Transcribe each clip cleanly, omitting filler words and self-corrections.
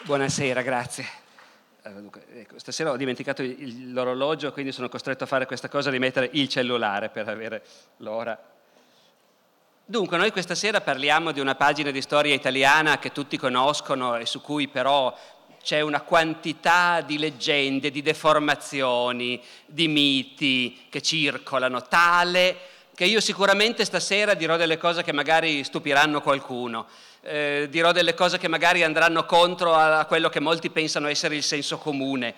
Buonasera, grazie. Stasera ho dimenticato l'orologio, quindi sono costretto a fare questa cosa di mettere il cellulare per avere l'ora. Dunque, noi questa sera parliamo di una pagina di storia italiana che tutti conoscono e su cui però c'è una quantità di leggende, di deformazioni, di miti che circolano, tale che io sicuramente stasera dirò delle cose che magari stupiranno qualcuno. Dirò delle cose che magari andranno contro a quello che molti pensano essere il senso comune.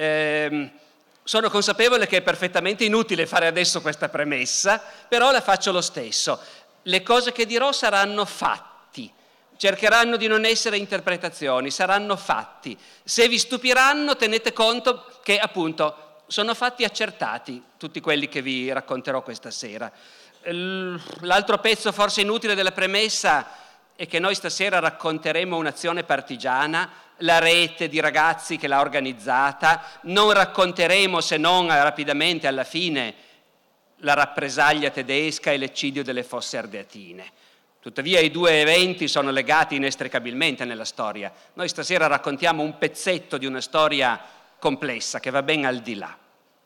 Sono consapevole che è perfettamente inutile fare adesso questa premessa, però la faccio lo stesso. Le cose che dirò saranno fatti, cercheranno di non essere interpretazioni, saranno fatti. Se vi stupiranno, tenete conto che appunto sono fatti accertati, tutti quelli che vi racconterò questa sera. L'altro pezzo forse inutile della premessa è che noi stasera racconteremo un'azione partigiana, la rete di ragazzi che l'ha organizzata, non racconteremo se non rapidamente alla fine la rappresaglia tedesca e l'eccidio delle Fosse Ardeatine. Tuttavia i due eventi sono legati inestricabilmente nella storia. Noi stasera raccontiamo un pezzetto di una storia complessa che va ben al di là.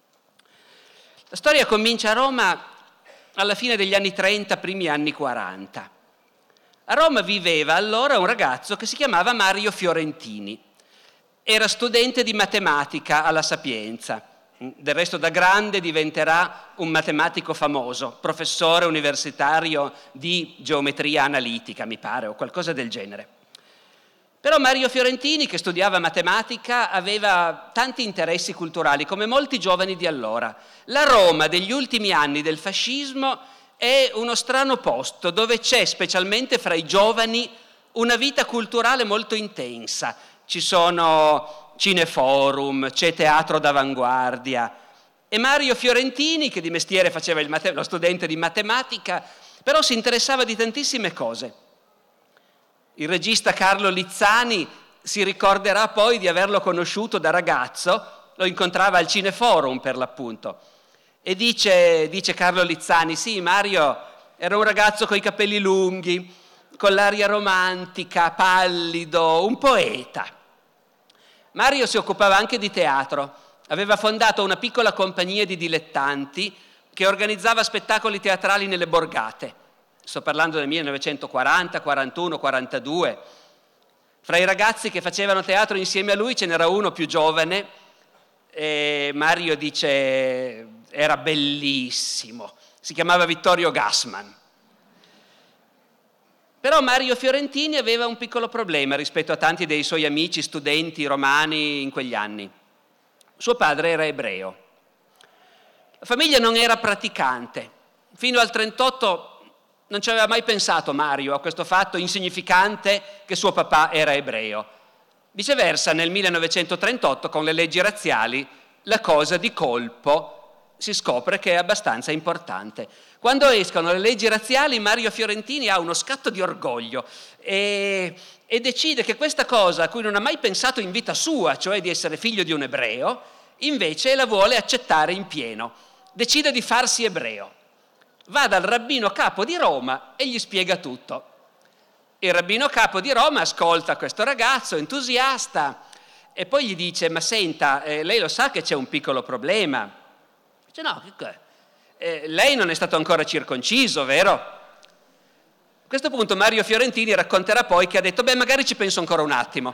La storia comincia a Roma alla fine degli anni 30, primi anni 40. A Roma viveva allora un ragazzo che si chiamava Mario Fiorentini. Era studente di matematica alla Sapienza. Del resto da grande diventerà un matematico famoso, professore universitario di geometria analitica, mi pare, o qualcosa del genere. Però Mario Fiorentini, che studiava matematica, aveva tanti interessi culturali, come molti giovani di allora. La Roma degli ultimi anni del fascismo è uno strano posto dove c'è, specialmente fra i giovani, una vita culturale molto intensa. Ci sono cineforum, c'è teatro d'avanguardia. E Mario Fiorentini, che di mestiere faceva lo studente di matematica, però si interessava di tantissime cose. Il regista Carlo Lizzani si ricorderà poi di averlo conosciuto da ragazzo, lo incontrava al cineforum per l'appunto. E dice Carlo Lizzani, sì, Mario era un ragazzo coi capelli lunghi, con l'aria romantica, pallido, un poeta. Mario si occupava anche di teatro, aveva fondato una piccola compagnia di dilettanti che organizzava spettacoli teatrali nelle borgate. Sto parlando del 1940, 41, 42. Fra i ragazzi che facevano teatro insieme a lui ce n'era uno più giovane e Mario dice era bellissimo, si chiamava Vittorio Gassman. Però Mario Fiorentini aveva un piccolo problema rispetto a tanti dei suoi amici studenti romani in quegli anni. Suo padre era ebreo. La famiglia non era praticante. Fino al 1938 non ci aveva mai pensato Mario a questo fatto insignificante che suo papà era ebreo. Viceversa, nel 1938, con le leggi razziali, la cosa di colpo si scopre che è abbastanza importante. Quando escono le leggi razziali, Mario Fiorentini ha uno scatto di orgoglio e decide che questa cosa a cui non ha mai pensato in vita sua, cioè di essere figlio di un ebreo, invece la vuole accettare in pieno. Decide di farsi ebreo. Va dal rabbino capo di Roma e gli spiega tutto. Il rabbino capo di Roma ascolta questo ragazzo entusiasta e poi gli dice: ma senta, lei lo sa che c'è un piccolo problema? Dice: no, lei non è stato ancora circonciso, vero? A questo punto Mario Fiorentini racconterà poi che ha detto: beh, magari ci penso ancora un attimo.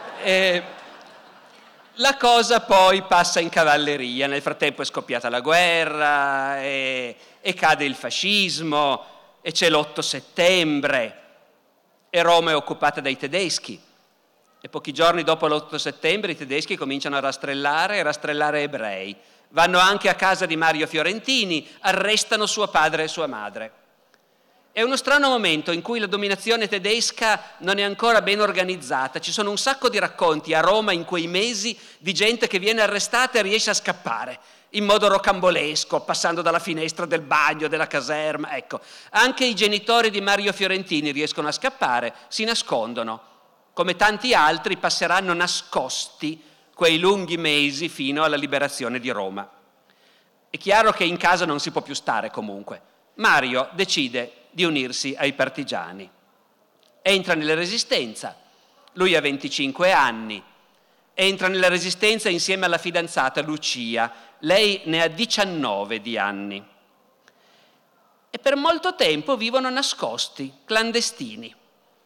La cosa poi passa in cavalleria, nel frattempo è scoppiata la guerra e cade il fascismo e c'è l'8 settembre e Roma è occupata dai tedeschi e pochi giorni dopo l'8 settembre i tedeschi cominciano a rastrellare ebrei. Vanno anche a casa di Mario Fiorentini, arrestano suo padre e sua madre. È uno strano momento in cui la dominazione tedesca non è ancora ben organizzata. Ci sono un sacco di racconti a Roma in quei mesi di gente che viene arrestata e riesce a scappare in modo rocambolesco, passando dalla finestra del bagno, della caserma. Ecco, anche i genitori di Mario Fiorentini riescono a scappare, si nascondono. Come tanti altri passeranno nascosti quei lunghi mesi fino alla liberazione di Roma. È chiaro che in casa non si può più stare comunque. Mario decide di unirsi ai partigiani. Entra nella Resistenza, Lui ha 25 anni, entra nella Resistenza insieme alla fidanzata Lucia, lei ne ha 19 di anni. E per molto tempo vivono nascosti, clandestini.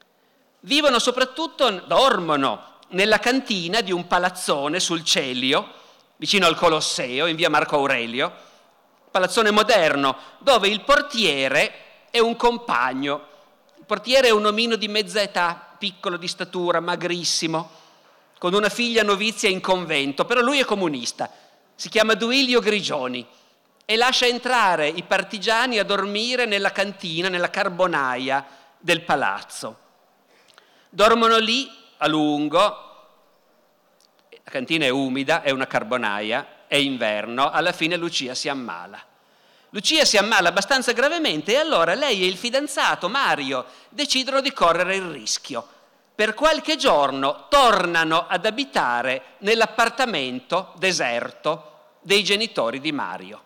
Dormono nella cantina di un palazzone sul Celio, vicino al Colosseo, in via Marco Aurelio, palazzone moderno, dove il portiere è un compagno. Il portiere è un omino di mezza età, piccolo di statura, magrissimo, con una figlia novizia in convento, però lui è comunista, si chiama Duilio Grigioni e lascia entrare i partigiani a dormire nella cantina, nella carbonaia del palazzo. Dormono lì a lungo, la cantina è umida, è una carbonaia, è inverno, alla fine Lucia si ammala. Lucia si ammala abbastanza gravemente e allora lei e il fidanzato Mario decidono di correre il rischio. Per qualche giorno tornano ad abitare nell'appartamento deserto dei genitori di Mario.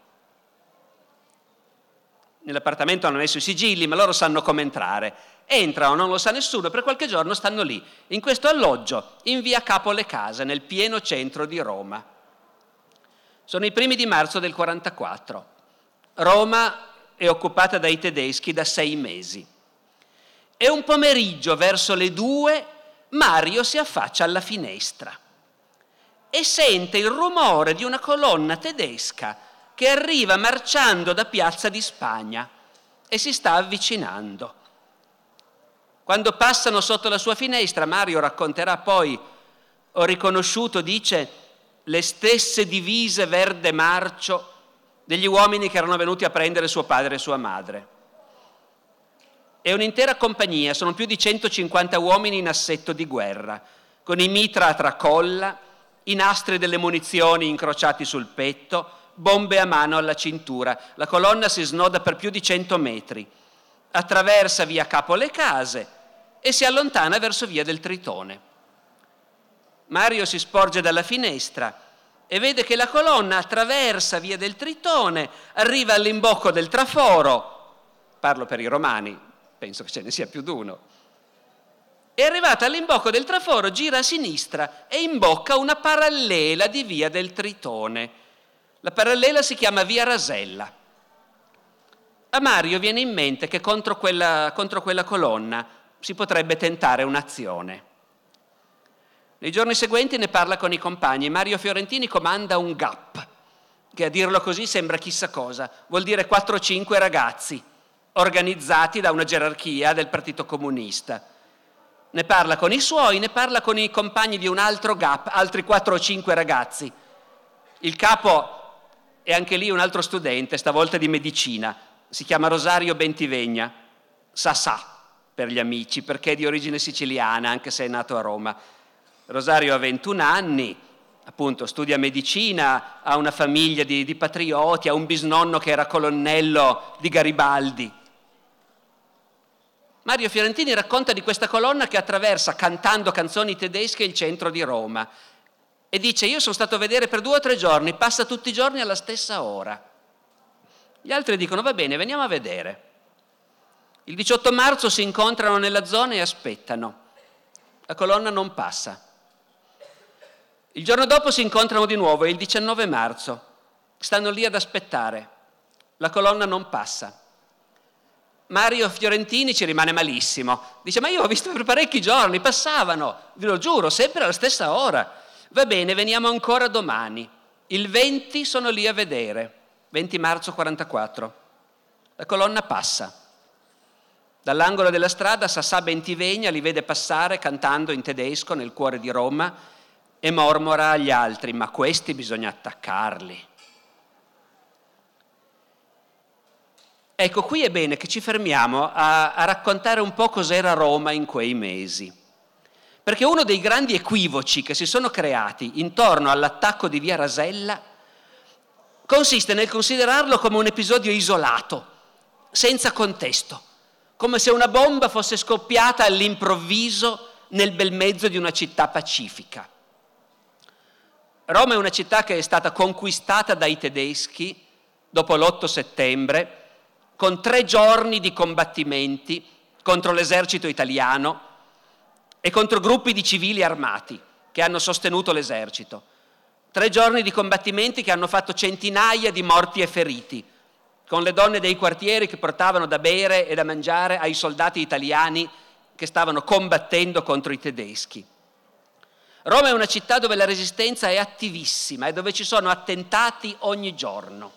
Nell'appartamento hanno messo i sigilli, ma loro sanno come entrare. Entrano, non lo sa nessuno, per qualche giorno stanno lì, in questo alloggio, in via Capo Le Case, nel pieno centro di Roma. Sono i primi di marzo del 1944. Roma è occupata dai tedeschi da 6 mesi. E un pomeriggio, verso le 2, Mario si affaccia alla finestra e sente il rumore di una colonna tedesca che arriva marciando da Piazza di Spagna e si sta avvicinando. Quando passano sotto la sua finestra, Mario racconterà poi, ho riconosciuto, dice, le stesse divise verde marcio degli uomini che erano venuti a prendere suo padre e sua madre. È un'intera compagnia, sono più di 150 uomini in assetto di guerra, con i mitra a tracolla, i nastri delle munizioni incrociati sul petto, bombe a mano alla cintura. La colonna si snoda per più di 100 metri, attraversa via Capo Le Case e si allontana verso via del Tritone. Mario si sporge dalla finestra e vede che la colonna attraversa via del Tritone, arriva all'imbocco del traforo, parlo per i romani, penso che ce ne sia più di uno, è arrivata all'imbocco del traforo, gira a sinistra e imbocca una parallela di via del Tritone. La parallela si chiama via Rasella. A Mario viene in mente che contro quella colonna si potrebbe tentare un'azione. Nei giorni seguenti ne parla con i compagni. Mario Fiorentini comanda un GAP, che a dirlo così sembra chissà cosa, vuol dire 4 o 5 ragazzi organizzati da una gerarchia del Partito Comunista. Ne parla con i suoi, ne parla con i compagni di un altro GAP, altri 4 o 5 ragazzi. Il capo è anche lì un altro studente, stavolta di medicina, si chiama Rosario Bentivegna, Sassà per gli amici, perché è di origine siciliana, anche se è nato a Roma. Rosario ha 21 anni, appunto studia medicina, ha una famiglia di patrioti, ha un bisnonno che era colonnello di Garibaldi. Mario Fiorentini racconta di questa colonna che attraversa, cantando canzoni tedesche, il centro di Roma e dice: io sono stato a vedere per 2 o 3 giorni, passa tutti i giorni alla stessa ora. Gli altri dicono: va bene, veniamo a vedere. Il 18 marzo si incontrano nella zona e aspettano. La colonna non passa. Il giorno dopo si incontrano di nuovo, è il 19 marzo. Stanno lì ad aspettare. La colonna non passa. Mario Fiorentini ci rimane malissimo. Dice: ma io ho visto per parecchi giorni, passavano, ve lo giuro, sempre alla stessa ora. Va bene, veniamo ancora domani. Il 20 sono lì a vedere, 20 marzo 44. La colonna passa. Dall'angolo della strada Sassà Bentivegna li vede passare cantando in tedesco nel cuore di Roma e mormora agli altri: ma questi bisogna attaccarli. Ecco, qui è bene che ci fermiamo a raccontare un po' cos'era Roma in quei mesi. Perché uno dei grandi equivoci che si sono creati intorno all'attacco di via Rasella consiste nel considerarlo come un episodio isolato, senza contesto, come se una bomba fosse scoppiata all'improvviso nel bel mezzo di una città pacifica. Roma è una città che è stata conquistata dai tedeschi dopo l'8 settembre, con 3 giorni di combattimenti contro l'esercito italiano, e contro gruppi di civili armati che hanno sostenuto l'esercito. 3 giorni di combattimenti che hanno fatto centinaia di morti e feriti, con le donne dei quartieri che portavano da bere e da mangiare ai soldati italiani che stavano combattendo contro i tedeschi. Roma è una città dove la resistenza è attivissima e dove ci sono attentati ogni giorno.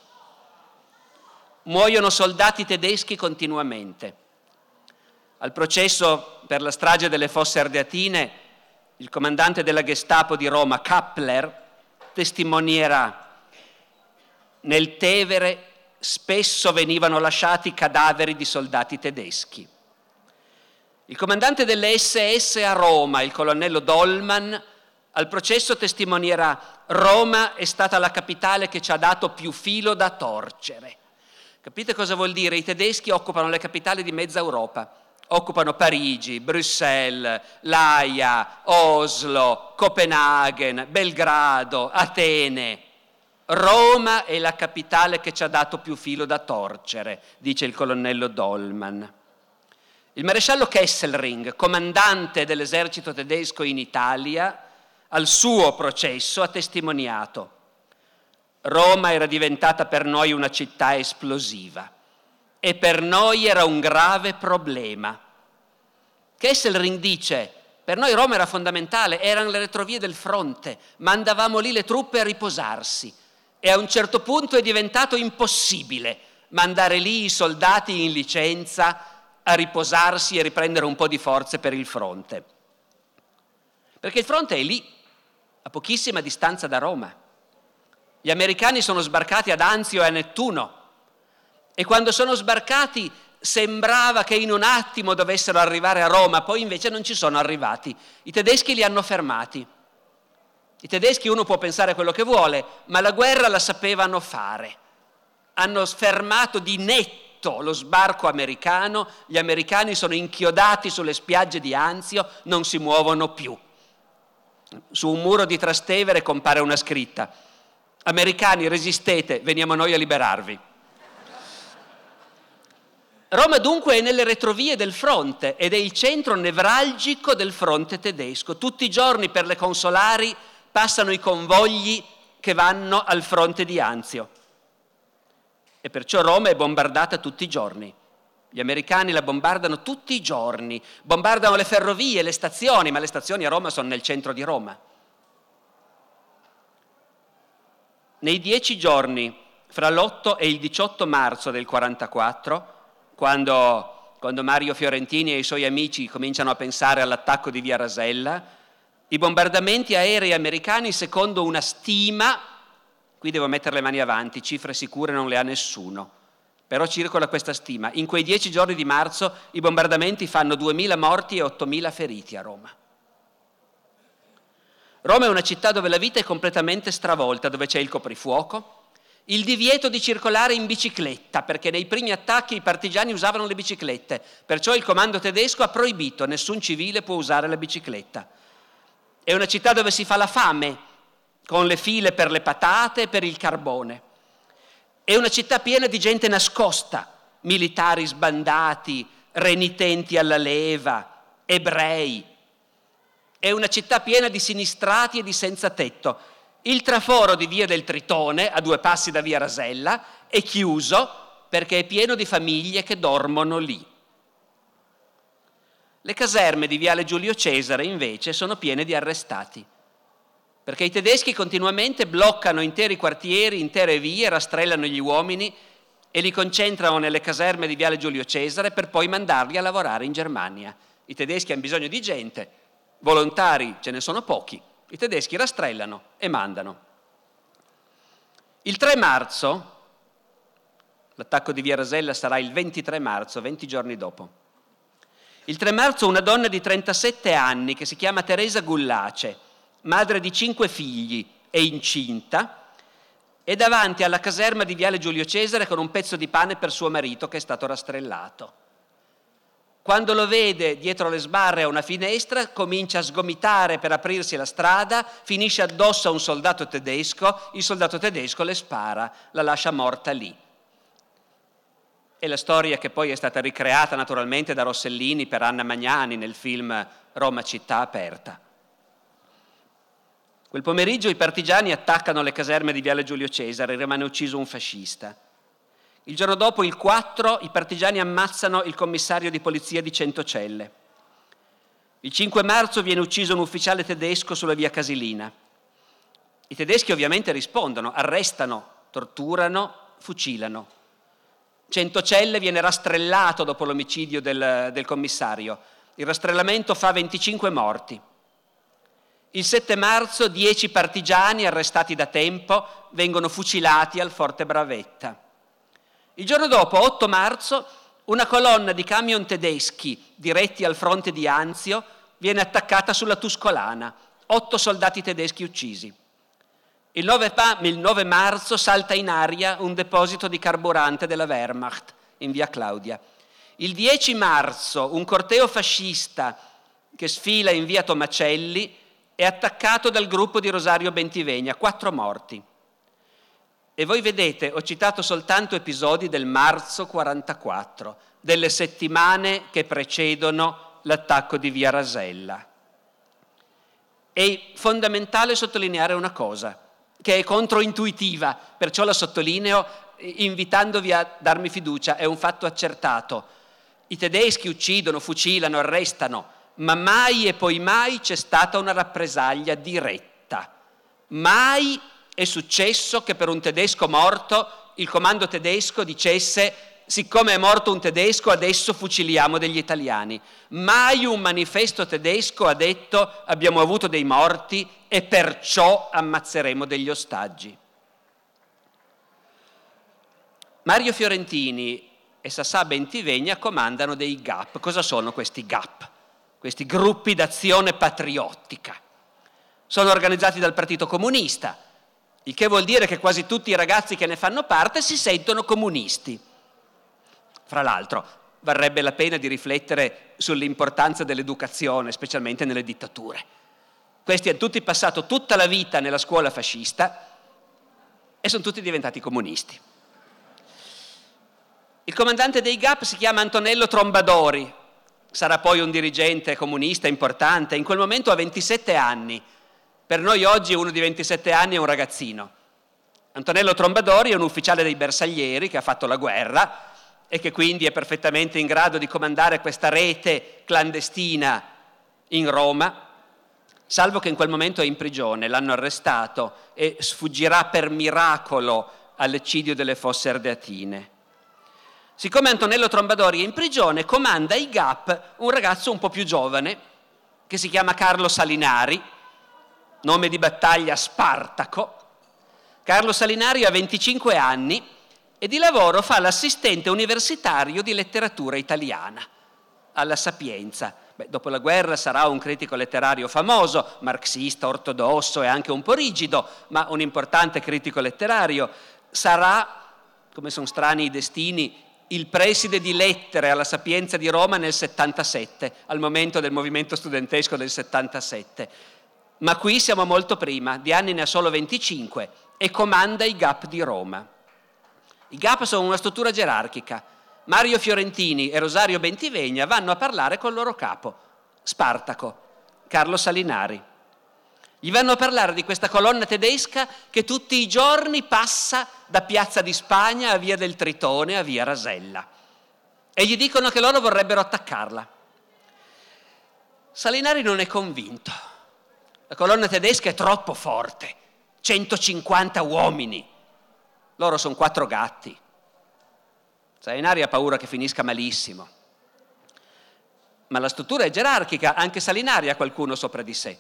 Muoiono soldati tedeschi continuamente. Al processo per la strage delle Fosse Ardeatine, il comandante della Gestapo di Roma, Kappler, testimonierà: nel Tevere spesso venivano lasciati cadaveri di soldati tedeschi. Il comandante delle SS a Roma, il colonnello Dollmann, al processo testimonierà: Roma è stata la capitale che ci ha dato più filo da torcere. Capite cosa vuol dire? I tedeschi occupano le capitali di mezza Europa. Occupano Parigi, Bruxelles, l'Aia, Oslo, Copenaghen, Belgrado, Atene. Roma è la capitale che ci ha dato più filo da torcere, dice il colonnello Dollmann. Il maresciallo Kesselring, comandante dell'esercito tedesco in Italia, al suo processo ha testimoniato: Roma era diventata per noi una città esplosiva e per noi era un grave problema. Kesselring dice: per noi Roma era fondamentale, erano le retrovie del fronte, mandavamo lì le truppe a riposarsi e a un certo punto è diventato impossibile mandare lì i soldati in licenza a riposarsi e riprendere un po' di forze per il fronte. Perché il fronte è lì, a pochissima distanza da Roma. Gli americani sono sbarcati ad Anzio e a Nettuno e quando sono sbarcati sembrava che in un attimo dovessero arrivare a Roma, poi invece non ci sono arrivati. I tedeschi li hanno fermati. I tedeschi, uno può pensare quello che vuole, ma la guerra la sapevano fare. Hanno fermato di netto lo sbarco americano, gli americani sono inchiodati sulle spiagge di Anzio, non si muovono più. Su un muro di Trastevere compare una scritta: americani, resistete, veniamo noi a liberarvi. Roma dunque è nelle retrovie del fronte ed è il centro nevralgico del fronte tedesco. Tutti i giorni per le consolari passano i convogli che vanno al fronte di Anzio e perciò Roma è bombardata tutti i giorni. Gli americani la bombardano tutti i giorni, bombardano le ferrovie, le stazioni, ma le stazioni a Roma sono nel centro di Roma. Nei 10 giorni fra l'8 e il 18 marzo del 1944, quando Mario Fiorentini e i suoi amici cominciano a pensare all'attacco di Via Rasella, i bombardamenti aerei americani, secondo una stima, qui devo mettere le mani avanti, cifre sicure non le ha nessuno, però circola questa stima: in quei 10 giorni di marzo i bombardamenti fanno 2.000 morti e 8.000 feriti a Roma. Roma è una città dove la vita è completamente stravolta, dove c'è il coprifuoco, il divieto di circolare in bicicletta, perché nei primi attacchi i partigiani usavano le biciclette, perciò il comando tedesco ha proibito: nessun civile può usare la bicicletta. È una città dove si fa la fame, con le file per le patate e per il carbone. È una città piena di gente nascosta, militari sbandati, renitenti alla leva, ebrei. È una città piena di sinistrati e di senza tetto. Il traforo di Via del Tritone, a 2 passi da Via Rasella, è chiuso perché è pieno di famiglie che dormono lì. Le caserme di Viale Giulio Cesare, invece, sono piene di arrestati, perché i tedeschi continuamente bloccano interi quartieri, intere vie, rastrellano gli uomini e li concentrano nelle caserme di Viale Giulio Cesare per poi mandarli a lavorare in Germania. I tedeschi hanno bisogno di gente, volontari ce ne sono pochi. I tedeschi rastrellano e mandano. Il 3 marzo, l'attacco di Via Rasella sarà il 23 marzo, 20 giorni dopo. Il 3 marzo una donna di 37 anni che si chiama Teresa Gullace, madre di 5 figli e incinta, è davanti alla caserma di Viale Giulio Cesare con un pezzo di pane per suo marito che è stato rastrellato. Quando lo vede dietro le sbarre a una finestra, comincia a sgomitare per aprirsi la strada, finisce addosso a un soldato tedesco, il soldato tedesco le spara, la lascia morta lì. È la storia che poi è stata ricreata naturalmente da Rossellini per Anna Magnani nel film Roma città aperta. Quel pomeriggio i partigiani attaccano le caserme di Viale Giulio Cesare, rimane ucciso un fascista. Il giorno dopo, il 4, i partigiani ammazzano il commissario di polizia di Centocelle. Il 5 marzo viene ucciso un ufficiale tedesco sulla via Casilina. I tedeschi ovviamente rispondono, arrestano, torturano, fucilano. Centocelle viene rastrellato dopo l'omicidio del commissario. Il rastrellamento fa 25 morti. Il 7 marzo 10 partigiani arrestati da tempo vengono fucilati al Forte Bravetta. Il giorno dopo, 8 marzo, una colonna di camion tedeschi diretti al fronte di Anzio viene attaccata sulla Tuscolana. 8 soldati tedeschi uccisi. Il 9 marzo salta in aria un deposito di carburante della Wehrmacht in via Claudia. Il 10 marzo un corteo fascista che sfila in via Tomacelli è attaccato dal gruppo di Rosario Bentivegna, 4 morti. E voi vedete, ho citato soltanto episodi del marzo 44, delle settimane che precedono l'attacco di via Rasella. È fondamentale sottolineare una cosa, che è controintuitiva, perciò la sottolineo invitandovi a darmi fiducia, è un fatto accertato. I tedeschi uccidono, fucilano, arrestano, ma mai e poi mai c'è stata una rappresaglia diretta. Mai è successo che per un tedesco morto il comando tedesco dicesse: siccome è morto un tedesco adesso fuciliamo degli italiani. Mai un manifesto tedesco ha detto: abbiamo avuto dei morti e perciò ammazzeremo degli ostaggi. Mario Fiorentini e Sassà Bentivegna comandano dei GAP. Cosa sono questi GAP? Questi gruppi d'azione patriottica. Sono organizzati dal Partito Comunista, il che vuol dire che quasi tutti i ragazzi che ne fanno parte si sentono comunisti. Fra l'altro, varrebbe la pena di riflettere sull'importanza dell'educazione, specialmente nelle dittature. Questi hanno tutti passato tutta la vita nella scuola fascista e sono tutti diventati comunisti. Il comandante dei GAP si chiama Antonello Trombadori, sarà poi un dirigente comunista importante, in quel momento ha 27 anni. Per noi oggi uno di 27 anni è un ragazzino. Antonello Trombadori è un ufficiale dei bersaglieri che ha fatto la guerra e che quindi è perfettamente in grado di comandare questa rete clandestina in Roma, salvo che in quel momento è in prigione, l'hanno arrestato e sfuggirà per miracolo all'eccidio delle Fosse Ardeatine. Siccome Antonello Trombadori è in prigione, comanda i GAP un ragazzo un po' più giovane che si chiama Carlo Salinari, nome di battaglia Spartaco. Carlo Salinari ha 25 anni e di lavoro fa l'assistente universitario di letteratura italiana alla Sapienza. Dopo la guerra sarà un critico letterario famoso, marxista, ortodosso e anche un po' rigido, ma un importante critico letterario. Sarà, come sono strani i destini, il preside di lettere alla Sapienza di Roma nel 77, al momento del movimento studentesco del 77. Ma qui siamo molto prima, di anni ne ha solo 25 e comanda i GAP di Roma. I GAP sono una struttura gerarchica. Mario Fiorentini e Rosario Bentivegna vanno a parlare col loro capo, Spartaco, Carlo Salinari. Gli vanno a parlare di questa colonna tedesca che tutti i giorni passa da Piazza di Spagna a Via del Tritone a Via Rasella. E gli dicono che loro vorrebbero attaccarla. Salinari non è convinto. La colonna tedesca è troppo forte, 150 uomini. Loro sono 4 gatti. Salinari ha paura che finisca malissimo. Ma la struttura è gerarchica, anche Salinari ha qualcuno sopra di sé.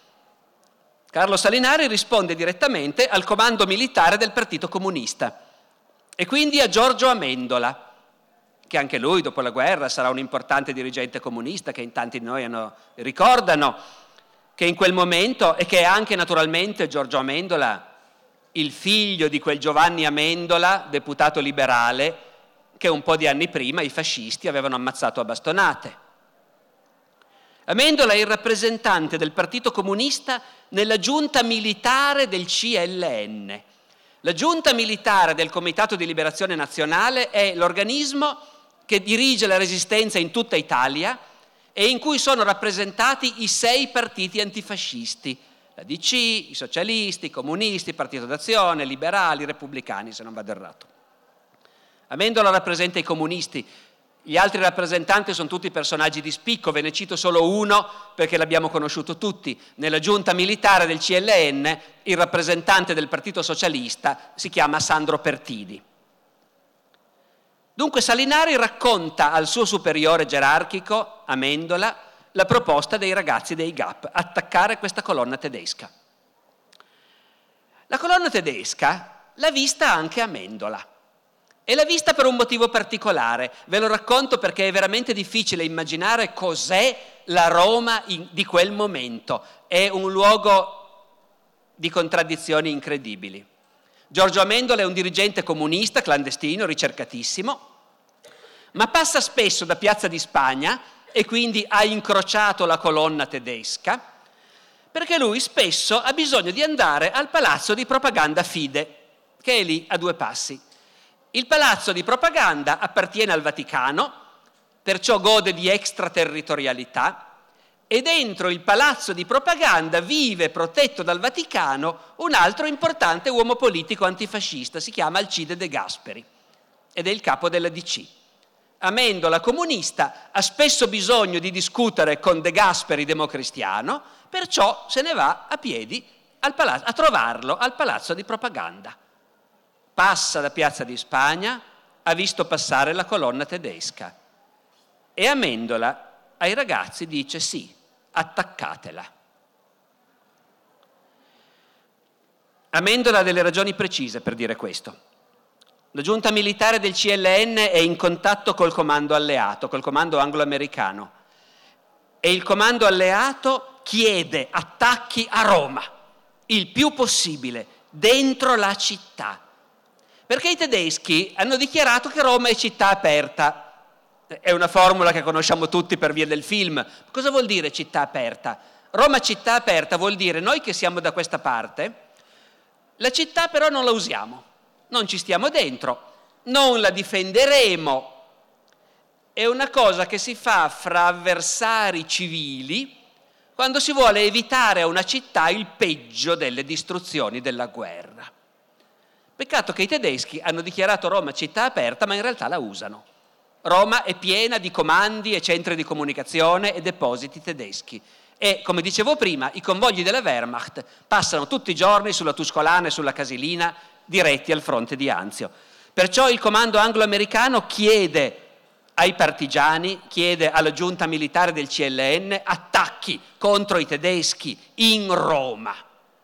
Carlo Salinari risponde direttamente al comando militare del Partito Comunista e quindi a Giorgio Amendola, che anche lui dopo la guerra sarà un importante dirigente comunista che in tanti di noi ricordano, che in quel momento, e che è anche naturalmente Giorgio Amendola, il figlio di quel Giovanni Amendola, deputato liberale, che un po' di anni prima i fascisti avevano ammazzato a bastonate. Amendola è il rappresentante del Partito Comunista nella giunta militare del CLN. La giunta militare del Comitato di Liberazione Nazionale è l'organismo che dirige la resistenza in tutta Italia, e in cui sono rappresentati i 6 partiti antifascisti, la DC, i socialisti, i comunisti, il Partito d'Azione, i liberali, i repubblicani, se non vado errato. Amendola rappresenta i comunisti, gli altri rappresentanti sono tutti personaggi di spicco, ve ne cito solo uno perché l'abbiamo conosciuto tutti. Nella giunta militare del CLN il rappresentante del Partito Socialista si chiama Sandro Pertini. Dunque Salinari racconta al suo superiore gerarchico, Amendola, la proposta dei ragazzi dei GAP, attaccare questa colonna tedesca. La colonna tedesca l'ha vista anche Amendola. E l'ha vista per un motivo particolare, ve lo racconto perché è veramente difficile immaginare cos'è la Roma di quel momento. È un luogo di contraddizioni incredibili. Giorgio Amendola è un dirigente comunista, clandestino, ricercatissimo, ma passa spesso da Piazza di Spagna e quindi ha incrociato la colonna tedesca, perché lui spesso ha bisogno di andare al palazzo di propaganda Fide, che è lì a 2 passi. Il palazzo di propaganda appartiene al Vaticano, perciò gode di extraterritorialità, e dentro il palazzo di propaganda vive, protetto dal Vaticano, un altro importante uomo politico antifascista, si chiama Alcide De Gasperi, ed è il capo della DC. Amendola, comunista, ha spesso bisogno di discutere con De Gasperi, democristiano, perciò se ne va a piedi a trovarlo al palazzo di propaganda. Passa da Piazza di Spagna, ha visto passare la colonna tedesca e Amendola ai ragazzi dice sì, attaccatela. Amendola ha delle ragioni precise per dire questo. La giunta militare del CLN è in contatto col comando alleato, col comando anglo-americano, e il comando alleato chiede attacchi a Roma, il più possibile, dentro la città. Perché i tedeschi hanno dichiarato che Roma è città aperta. È una formula che conosciamo tutti per via del film. Cosa vuol dire città aperta? Roma città aperta vuol dire noi che siamo da questa parte, la città però non la usiamo, non ci stiamo dentro, non la difenderemo. È una cosa che si fa fra avversari civili quando si vuole evitare a una città il peggio delle distruzioni della guerra. Peccato che i tedeschi hanno dichiarato Roma città aperta, ma in realtà la usano. Roma è piena di comandi e centri di comunicazione e depositi tedeschi. E, come dicevo prima, i convogli della Wehrmacht passano tutti i giorni sulla Tuscolana e sulla Casilina, diretti al fronte di Anzio. Perciò il comando anglo-americano chiede ai partigiani, chiede alla giunta militare del CLN attacchi contro i tedeschi in Roma.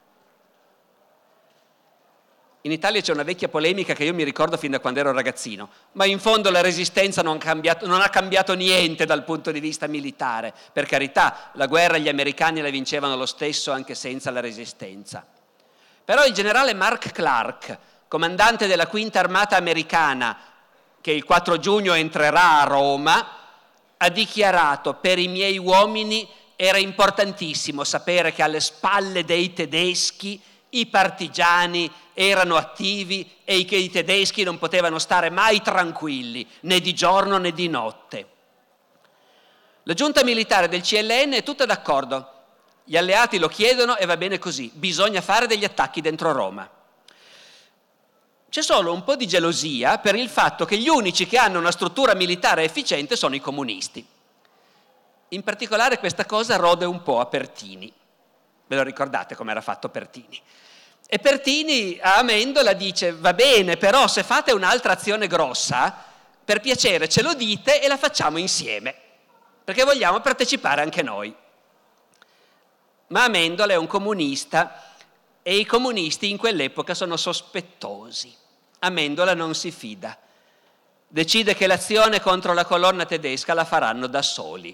In Italia c'è una vecchia polemica che io mi ricordo fin da quando ero ragazzino, ma in fondo la resistenza non ha cambiato niente dal punto di vista militare. Per carità, la guerra gli americani la vincevano lo stesso anche senza la resistenza. Però il generale Mark Clark, comandante della Quinta Armata americana, che il 4 giugno entrerà a Roma, ha dichiarato: per i miei uomini era importantissimo sapere che alle spalle dei tedeschi i partigiani erano attivi e che i tedeschi non potevano stare mai tranquilli, né di giorno né di notte. La giunta militare del CLN è tutta d'accordo. Gli alleati lo chiedono e va bene così, bisogna fare degli attacchi dentro Roma. C'è solo un po' di gelosia per il fatto che gli unici che hanno una struttura militare efficiente sono i comunisti. In particolare questa cosa rode un po' a Pertini. Ve lo ricordate come era fatto Pertini? E Pertini a Amendola dice: va bene, però se fate un'altra azione grossa, per piacere ce lo dite e la facciamo insieme, perché vogliamo partecipare anche noi. Ma Amendola è un comunista e i comunisti in quell'epoca sono sospettosi. Amendola non si fida. Decide che l'azione contro la colonna tedesca la faranno da soli.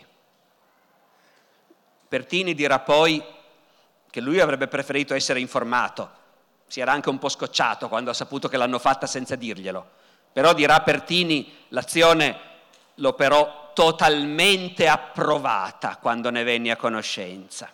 Pertini dirà poi che lui avrebbe preferito essere informato. Si era anche un po' scocciato quando ha saputo che l'hanno fatta senza dirglielo. Però dirà Pertini, l'azione l'operò totalmente approvata quando ne venni a conoscenza.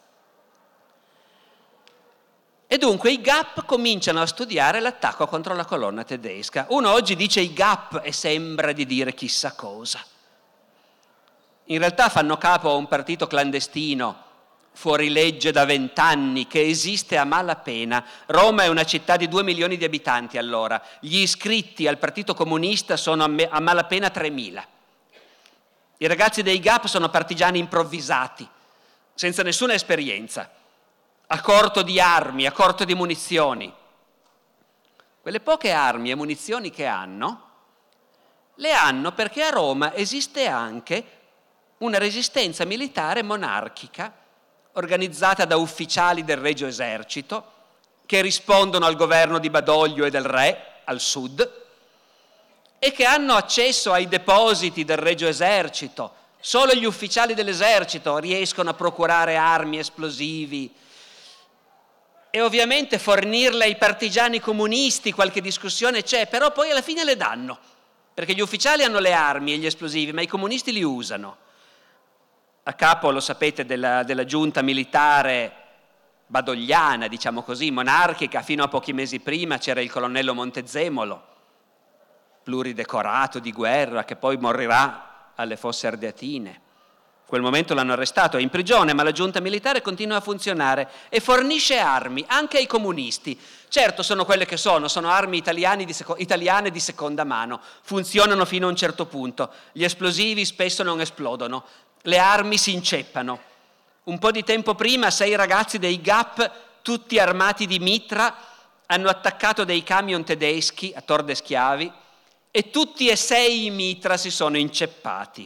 E dunque i GAP cominciano a studiare l'attacco contro la colonna tedesca. Uno oggi dice i GAP e sembra di dire chissà cosa. in realtà fanno capo a un partito clandestino, fuori legge da 20 anni, che esiste a malapena. Roma è una città di 2 milioni di abitanti allora. Gli iscritti al Partito Comunista sono a malapena 3.000. I ragazzi dei GAP sono partigiani improvvisati, senza nessuna esperienza, a corto di armi, a corto di munizioni. Quelle poche armi e munizioni che hanno, le hanno perché a Roma esiste anche una resistenza militare monarchica organizzata da ufficiali del Regio Esercito che rispondono al governo di Badoglio e del re al sud e che hanno accesso ai depositi del Regio Esercito. Solo gli ufficiali dell'esercito riescono a procurare armi, esplosivi e ovviamente fornirle ai partigiani comunisti. Qualche discussione c'è, però poi alla fine le danno, perché gli ufficiali hanno le armi e gli esplosivi, ma i comunisti li usano. A capo, lo sapete, della giunta militare badogliana, diciamo così, monarchica, fino a pochi mesi prima c'era il colonnello Montezemolo, pluridecorato di guerra, che poi morirà alle Fosse Ardeatine. In quel momento l'hanno arrestato, è in prigione, ma la giunta militare continua a funzionare e fornisce armi anche ai comunisti. Certo, sono quelle che sono armi italiane di seconda mano, funzionano fino a un certo punto, gli esplosivi spesso non esplodono, le armi si inceppano. Un po' di tempo prima 6 ragazzi dei GAP, tutti armati di mitra, hanno attaccato dei camion tedeschi a Tor de Schiavi e tutti e 6 i mitra si sono inceppati.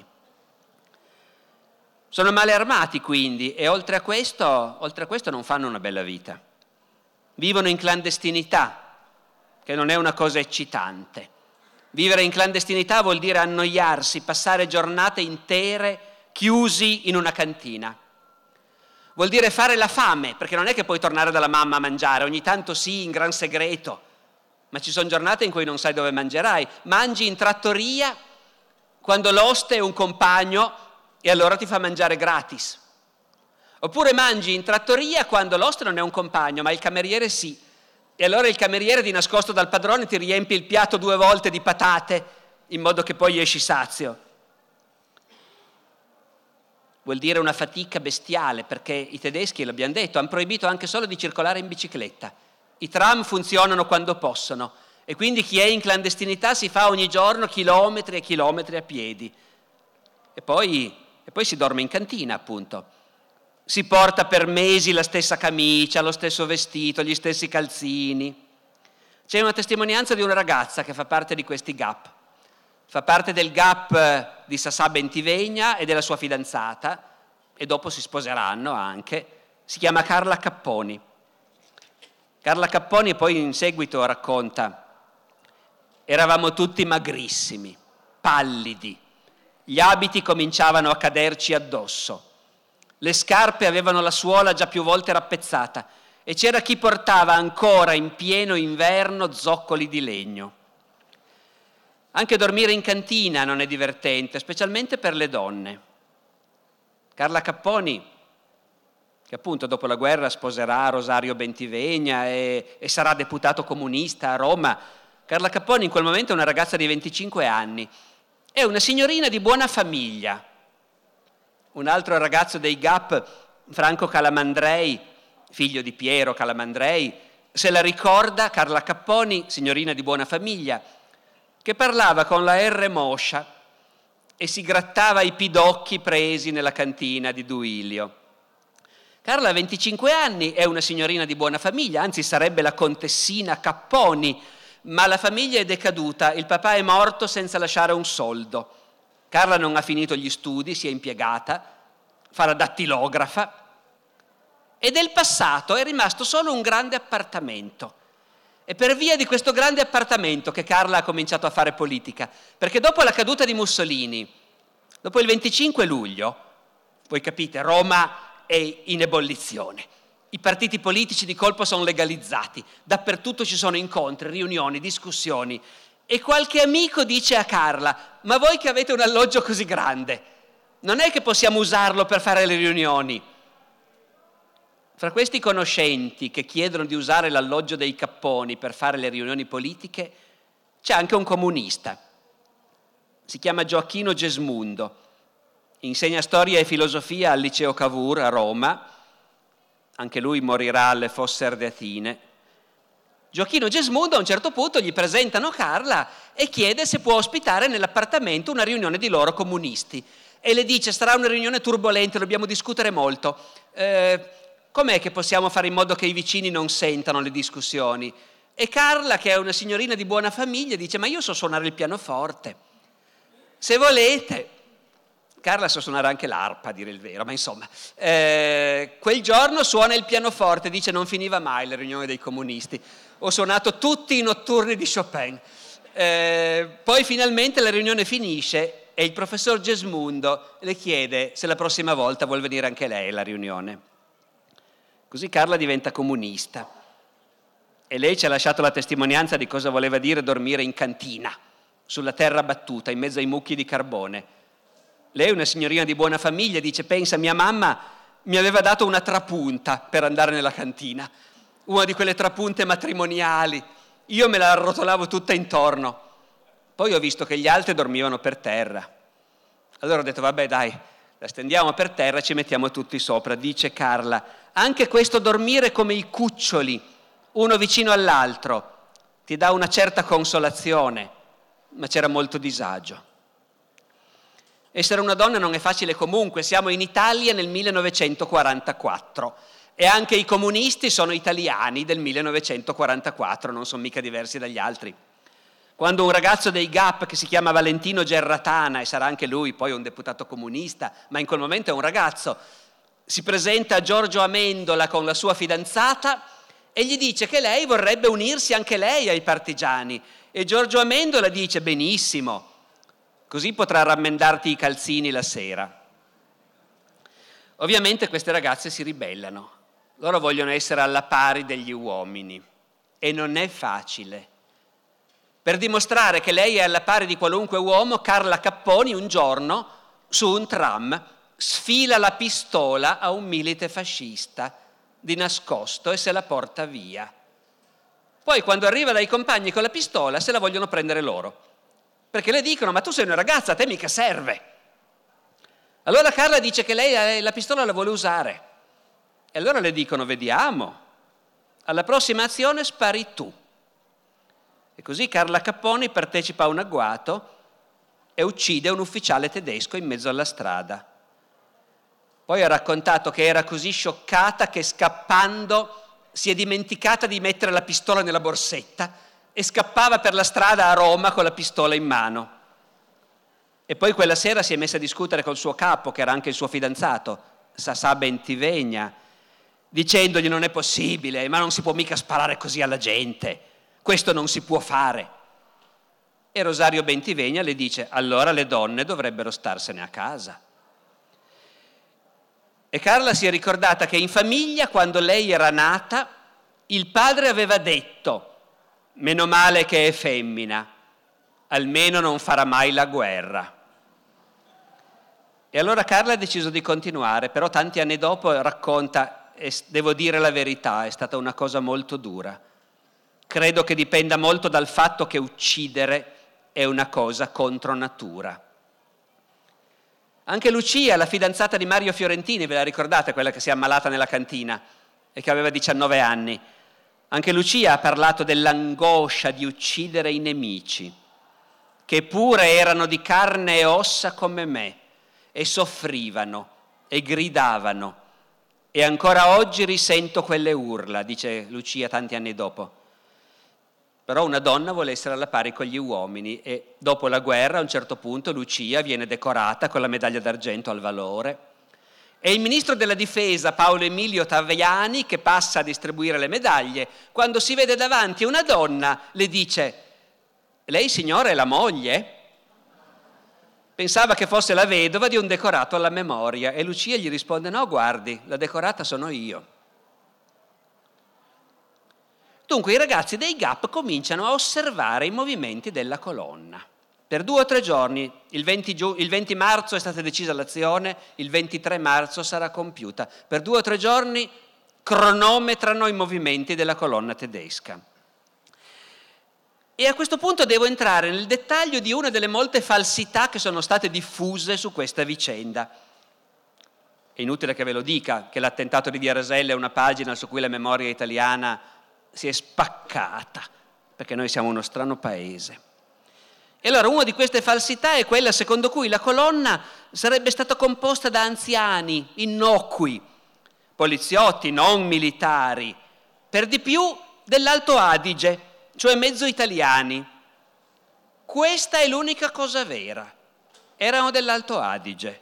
Sono male armati quindi e oltre a questo non fanno una bella vita. Vivono in clandestinità, che non è una cosa eccitante. Vivere in clandestinità vuol dire annoiarsi, passare giornate intere chiusi in una cantina. Vuol dire fare la fame, perché non è che puoi tornare dalla mamma a mangiare, ogni tanto sì, in gran segreto, ma ci sono giornate in cui non sai dove mangerai. Mangi in trattoria quando l'oste è un compagno e allora ti fa mangiare gratis. Oppure mangi in trattoria quando l'oste non è un compagno, ma il cameriere sì. E allora il cameriere di nascosto dal padrone ti riempie il piatto 2 volte di patate, in modo che poi esci sazio. Vuol dire una fatica bestiale, perché i tedeschi, l'abbiamo detto, hanno proibito anche solo di circolare in bicicletta. I tram funzionano quando possono e quindi chi è in clandestinità si fa ogni giorno chilometri e chilometri a piedi. E poi si dorme in cantina, appunto. Si porta per mesi la stessa camicia, lo stesso vestito, gli stessi calzini. C'è una testimonianza di una ragazza che fa parte di questi GAP. Fa parte del GAP di Sassà Bentivegna e della sua fidanzata, e dopo si sposeranno anche. Si chiama Carla Capponi. Carla Capponi poi in seguito racconta: eravamo tutti magrissimi, pallidi, gli abiti cominciavano a caderci addosso, le scarpe avevano la suola già più volte rappezzata e c'era chi portava ancora in pieno inverno zoccoli di legno. Anche dormire in cantina non è divertente, specialmente per le donne. Carla Capponi, che appunto dopo la guerra sposerà Rosario Bentivegna e sarà deputato comunista a Roma, Carla Capponi in quel momento è una ragazza di 25 anni, è una signorina di buona famiglia. Un altro ragazzo dei GAP, Franco Calamandrei, figlio di Piero Calamandrei, se la ricorda, Carla Capponi, signorina di buona famiglia, che parlava con la R. Moscia e si grattava i pidocchi presi nella cantina di Duilio. Carla ha 25 anni, è una signorina di buona famiglia, anzi sarebbe la contessina Capponi, ma la famiglia è decaduta, il papà è morto senza lasciare un soldo. Carla non ha finito gli studi, si è impiegata, fa la dattilografa e del passato è rimasto solo un grande appartamento. È per via di questo grande appartamento che Carla ha cominciato a fare politica, perché dopo la caduta di Mussolini, dopo il 25 luglio, voi capite, Roma è in ebollizione. I partiti politici di colpo sono legalizzati, dappertutto ci sono incontri, riunioni, discussioni. E qualche amico dice a Carla: ma voi che avete un alloggio così grande, non è che possiamo usarlo per fare le riunioni? Fra questi conoscenti che chiedono di usare l'alloggio dei Capponi per fare le riunioni politiche c'è anche un comunista, si chiama Gioacchino Gesmundo, insegna storia e filosofia al liceo Cavour a Roma, anche lui morirà alle Fosse Ardeatine. Gioacchino Gesmundo a un certo punto gli presentano Carla e chiede se può ospitare nell'appartamento una riunione di loro comunisti e le dice: sarà una riunione turbolenta, dobbiamo discutere molto, com'è che possiamo fare in modo che i vicini non sentano le discussioni? E Carla, che è una signorina di buona famiglia, dice: ma io so suonare il pianoforte, se volete. Carla sa suonare anche l'arpa, a dire il vero, ma insomma, quel giorno suona il pianoforte, dice: non finiva mai la riunione dei comunisti, ho suonato tutti i notturni di Chopin. Poi finalmente la riunione finisce e il professor Gesmundo le chiede se la prossima volta vuol venire anche lei alla riunione. Così Carla diventa comunista e lei ci ha lasciato la testimonianza di cosa voleva dire dormire in cantina, sulla terra battuta, in mezzo ai mucchi di carbone. Lei è una signorina di buona famiglia, dice: pensa, mia mamma mi aveva dato una trapunta per andare nella cantina, una di quelle trapunte matrimoniali, io me la arrotolavo tutta intorno, poi ho visto che gli altri dormivano per terra, allora ho detto: vabbè dai, la stendiamo per terra e ci mettiamo tutti sopra. Dice Carla: anche questo dormire come i cuccioli, uno vicino all'altro, ti dà una certa consolazione, ma c'era molto disagio. Essere una donna non è facile comunque, siamo in Italia nel 1944 e anche i comunisti sono italiani del 1944, non sono mica diversi dagli altri. Quando un ragazzo dei Gap che si chiama Valentino Gerratana, e sarà anche lui poi un deputato comunista, ma in quel momento è un ragazzo, si presenta a Giorgio Amendola con la sua fidanzata e gli dice che lei vorrebbe unirsi anche lei ai partigiani, e Giorgio Amendola dice: benissimo, così potrà rammendarti i calzini la sera. Ovviamente queste ragazze si ribellano, loro vogliono essere alla pari degli uomini e non è facile. Per dimostrare che lei è alla pari di qualunque uomo, Carla Capponi un giorno su un tram sfila la pistola a un milite fascista di nascosto e se la porta via. Poi quando arriva dai compagni con la pistola se la vogliono prendere loro, perché le dicono: ma tu sei una ragazza, a te mica serve. Allora Carla dice che lei la pistola la vuole usare e allora le dicono: vediamo, alla prossima azione spari tu. E così Carla Capponi partecipa a un agguato e uccide un ufficiale tedesco in mezzo alla strada. Poi ha raccontato che era così scioccata che scappando si è dimenticata di mettere la pistola nella borsetta e scappava per la strada a Roma con la pistola in mano. E poi quella sera si è messa a discutere col suo capo, che era anche il suo fidanzato, Sassà Bentivegna, dicendogli: non è possibile, ma non si può mica sparare così alla gente, questo non si può fare. E Rosario Bentivegna le dice: allora le donne dovrebbero starsene a casa. E Carla si è ricordata che in famiglia, quando lei era nata, il padre aveva detto: meno male che è femmina, almeno non farà mai la guerra. E allora Carla ha deciso di continuare, però tanti anni dopo racconta: e devo dire la verità, è stata una cosa molto dura. Credo che dipenda molto dal fatto che uccidere è una cosa contro natura. Anche Lucia, la fidanzata di Mario Fiorentini, ve la ricordate, quella che si è ammalata nella cantina e che aveva 19 anni? Anche Lucia ha parlato dell'angoscia di uccidere i nemici, che pure erano di carne e ossa come me, e soffrivano e gridavano. E ancora oggi risento quelle urla, dice Lucia tanti anni dopo. Però una donna vuole essere alla pari con gli uomini e dopo la guerra a un certo punto Lucia viene decorata con la medaglia d'argento al valore. E il ministro della difesa Paolo Emilio Taviani, che passa a distribuire le medaglie, quando si vede davanti una donna le dice: lei signora è la moglie? Pensava che fosse la vedova di un decorato alla memoria e Lucia gli risponde: no, guardi, la decorata sono io. Dunque i ragazzi dei Gap cominciano a osservare i movimenti della colonna. Per 2 o 3 giorni, il 20 marzo è stata decisa l'azione, il 23 marzo sarà compiuta. Per 2 o 3 giorni cronometrano i movimenti della colonna tedesca. E a questo punto devo entrare nel dettaglio di una delle molte falsità che sono state diffuse su questa vicenda. È inutile che ve lo dica che l'attentato di Via Rasella è una pagina su cui la memoria italiana si è spaccata, perché noi siamo uno strano paese. E allora una di queste falsità è quella secondo cui la colonna sarebbe stata composta da anziani, innocui, poliziotti non militari, per di più dell'Alto Adige, cioè mezzo italiani. Questa è l'unica cosa vera. Erano dell'Alto Adige,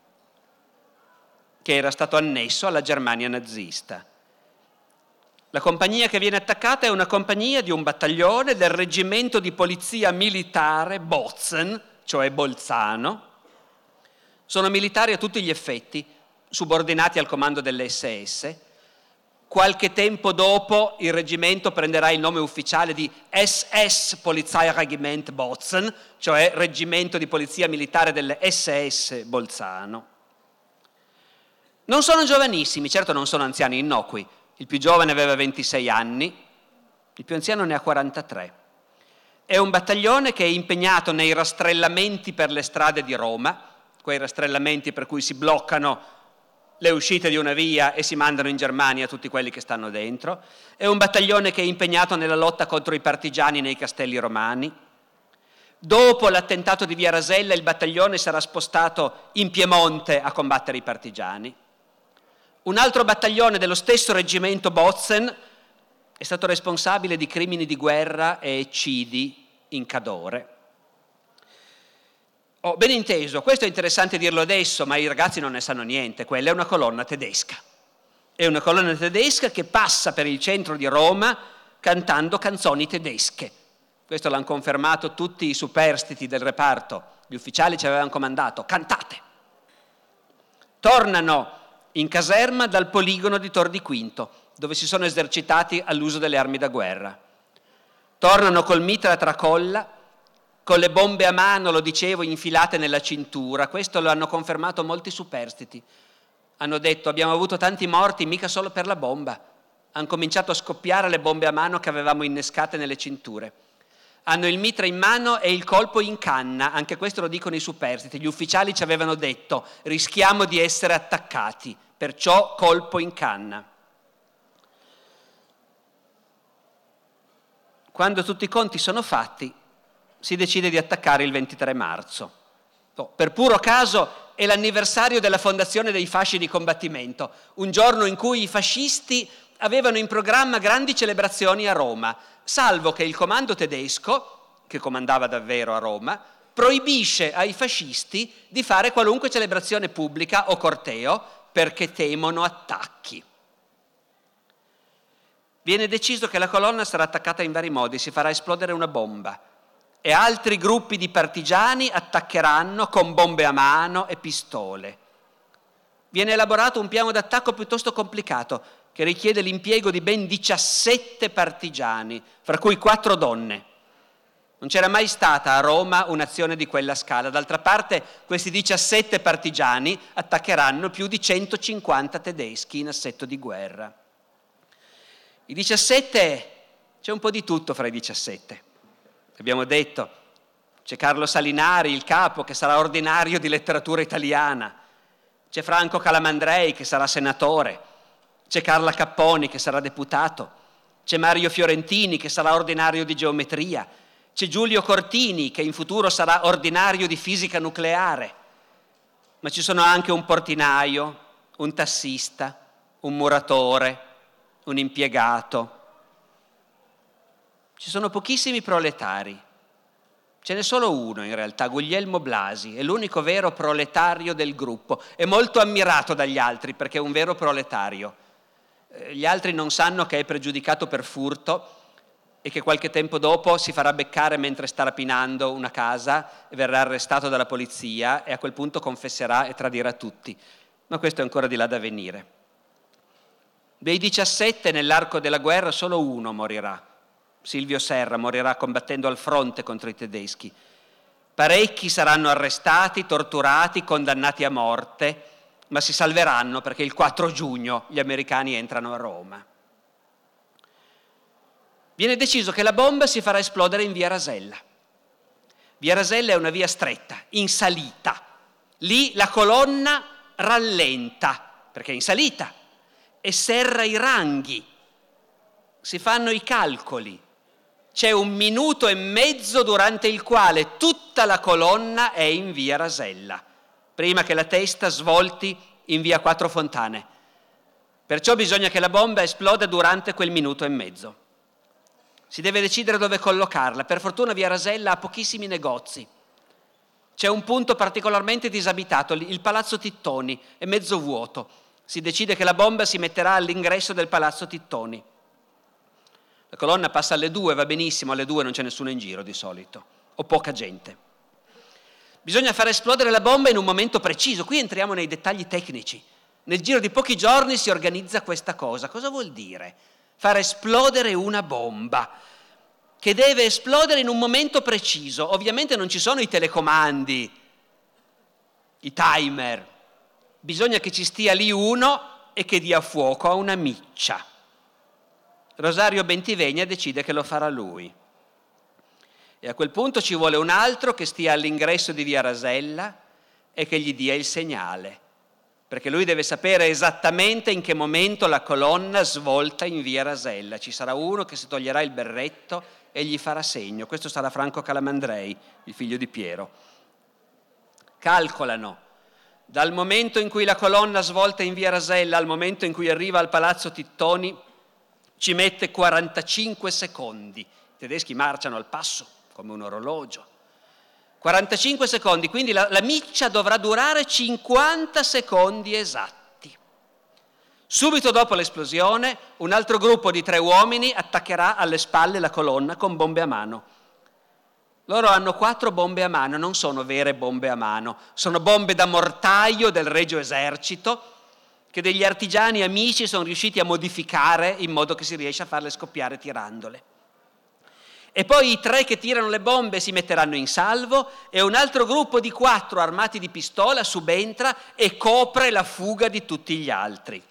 che era stato annesso alla Germania nazista. La compagnia che viene attaccata è una compagnia di un battaglione del reggimento di polizia militare Bozen, cioè Bolzano. Sono militari a tutti gli effetti, subordinati al comando dell'SS. Qualche tempo dopo il reggimento prenderà il nome ufficiale di SS Polizeiregiment Bozen, cioè reggimento di polizia militare delle SS Bolzano. Non sono giovanissimi, certo non sono anziani innocui. Il più giovane aveva 26 anni, il più anziano ne ha 43. È un battaglione che è impegnato nei rastrellamenti per le strade di Roma, quei rastrellamenti per cui si bloccano le uscite di una via e si mandano in Germania tutti quelli che stanno dentro. È un battaglione che è impegnato nella lotta contro i partigiani nei castelli romani. Dopo l'attentato di Via Rasella il battaglione sarà spostato in Piemonte a combattere i partigiani. Un altro battaglione dello stesso reggimento Bozen è stato responsabile di crimini di guerra e eccidi in Cadore. Ben inteso, questo è interessante dirlo adesso, ma i ragazzi non ne sanno niente. Quella è una colonna tedesca. È una colonna tedesca che passa per il centro di Roma cantando canzoni tedesche. Questo l'hanno confermato tutti i superstiti del reparto. Gli ufficiali ci avevano comandato: cantate. Tornano in caserma dal poligono di Tor di Quinto, dove si sono esercitati all'uso delle armi da guerra. Tornano col mitra a tracolla, con le bombe a mano, lo dicevo, infilate nella cintura. Questo lo hanno confermato molti superstiti. Hanno detto: abbiamo avuto tanti morti mica solo per la bomba. Hanno cominciato a scoppiare le bombe a mano che avevamo innescate nelle cinture. Hanno il mitra in mano e il colpo in canna, anche questo lo dicono i superstiti. Gli ufficiali ci avevano detto: rischiamo di essere attaccati, perciò colpo in canna. Quando tutti i conti sono fatti, si decide di attaccare il 23 marzo. Per puro caso è l'anniversario della fondazione dei fasci di combattimento, un giorno in cui i fascisti avevano in programma grandi celebrazioni a Roma, salvo che il comando tedesco, che comandava davvero a Roma, proibisce ai fascisti di fare qualunque celebrazione pubblica o corteo perché temono attacchi. Viene deciso che la colonna sarà attaccata in vari modi, si farà esplodere una bomba e altri gruppi di partigiani attaccheranno con bombe a mano e pistole. Viene elaborato un piano d'attacco piuttosto complicato che richiede l'impiego di ben 17 partigiani, fra cui 4 donne. Non c'era mai stata a Roma un'azione di quella scala. D'altra parte, questi 17 partigiani attaccheranno più di 150 tedeschi in assetto di guerra. I 17, c'è un po' di tutto fra i 17. Abbiamo detto, c'è Carlo Salinari, il capo, che sarà ordinario di letteratura italiana. C'è Franco Calamandrei, che sarà senatore. C'è Carla Capponi, che sarà deputato. C'è Mario Fiorentini, che sarà ordinario di geometria. C'è Giulio Cortini, che in futuro sarà ordinario di fisica nucleare. Ma ci sono anche un portinaio, un tassista, un muratore, un impiegato. Ci sono pochissimi proletari. Ce n'è solo uno in realtà, Guglielmo Blasi, è l'unico vero proletario del gruppo. È molto ammirato dagli altri perché è un vero proletario. Gli altri non sanno che è pregiudicato per furto e che qualche tempo dopo si farà beccare mentre sta rapinando una casa e verrà arrestato dalla polizia e a quel punto confesserà e tradirà tutti. Ma questo è ancora di là da venire. Dei 17 nell'arco della guerra solo uno morirà. Silvio Serra morirà combattendo al fronte contro i tedeschi. Parecchi saranno arrestati, torturati, condannati a morte, ma si salveranno perché il 4 giugno gli americani entrano a Roma. Viene deciso che la bomba si farà esplodere in via Rasella. Via Rasella è una via stretta, in salita. Lì la colonna rallenta, perché è in salita, e serra i ranghi. Si fanno i calcoli. C'è 1 minuto e mezzo durante il quale tutta la colonna è in via Rasella, prima che la testa svolti in via Quattro Fontane. Perciò bisogna che la bomba esploda durante quel minuto e mezzo. Si deve decidere dove collocarla. Per fortuna via Rasella ha pochissimi negozi. C'è un punto particolarmente disabitato, il Palazzo Tittoni, è mezzo vuoto. Si decide che la bomba si metterà all'ingresso del Palazzo Tittoni. La colonna passa alle 2, va benissimo, alle 2 non c'è nessuno in giro di solito, o poca gente. Bisogna far esplodere la bomba in un momento preciso. Qui entriamo nei dettagli tecnici. Nel giro di pochi giorni si organizza questa cosa. Cosa vuol dire? Far esplodere una bomba che deve esplodere in un momento preciso. Ovviamente non ci sono i telecomandi, i timer. Bisogna che ci stia lì uno e che dia fuoco a una miccia. Rosario Bentivegna decide che lo farà lui. E a quel punto ci vuole un altro che stia all'ingresso di via Rasella e che gli dia il segnale, perché lui deve sapere esattamente in che momento la colonna svolta in via Rasella. Ci sarà uno che si toglierà il berretto e gli farà segno. Questo sarà Franco Calamandrei, il figlio di Piero. Calcolano dal momento in cui la colonna svolta in via Rasella al momento in cui arriva al Palazzo Tittoni ci mette 45 secondi. I tedeschi marciano al passo come un orologio. 45 secondi, quindi la miccia dovrà durare 50 secondi esatti. Subito dopo l'esplosione, un altro gruppo di 3 uomini attaccherà alle spalle la colonna con bombe a mano. Loro hanno 4 bombe a mano, non sono vere bombe a mano, sono bombe da mortaio del Regio Esercito che degli artigiani amici sono riusciti a modificare in modo che si riesce a farle scoppiare tirandole. E poi i 3 che tirano le bombe si metteranno in salvo e un altro gruppo di 4 armati di pistola subentra e copre la fuga di tutti gli altri.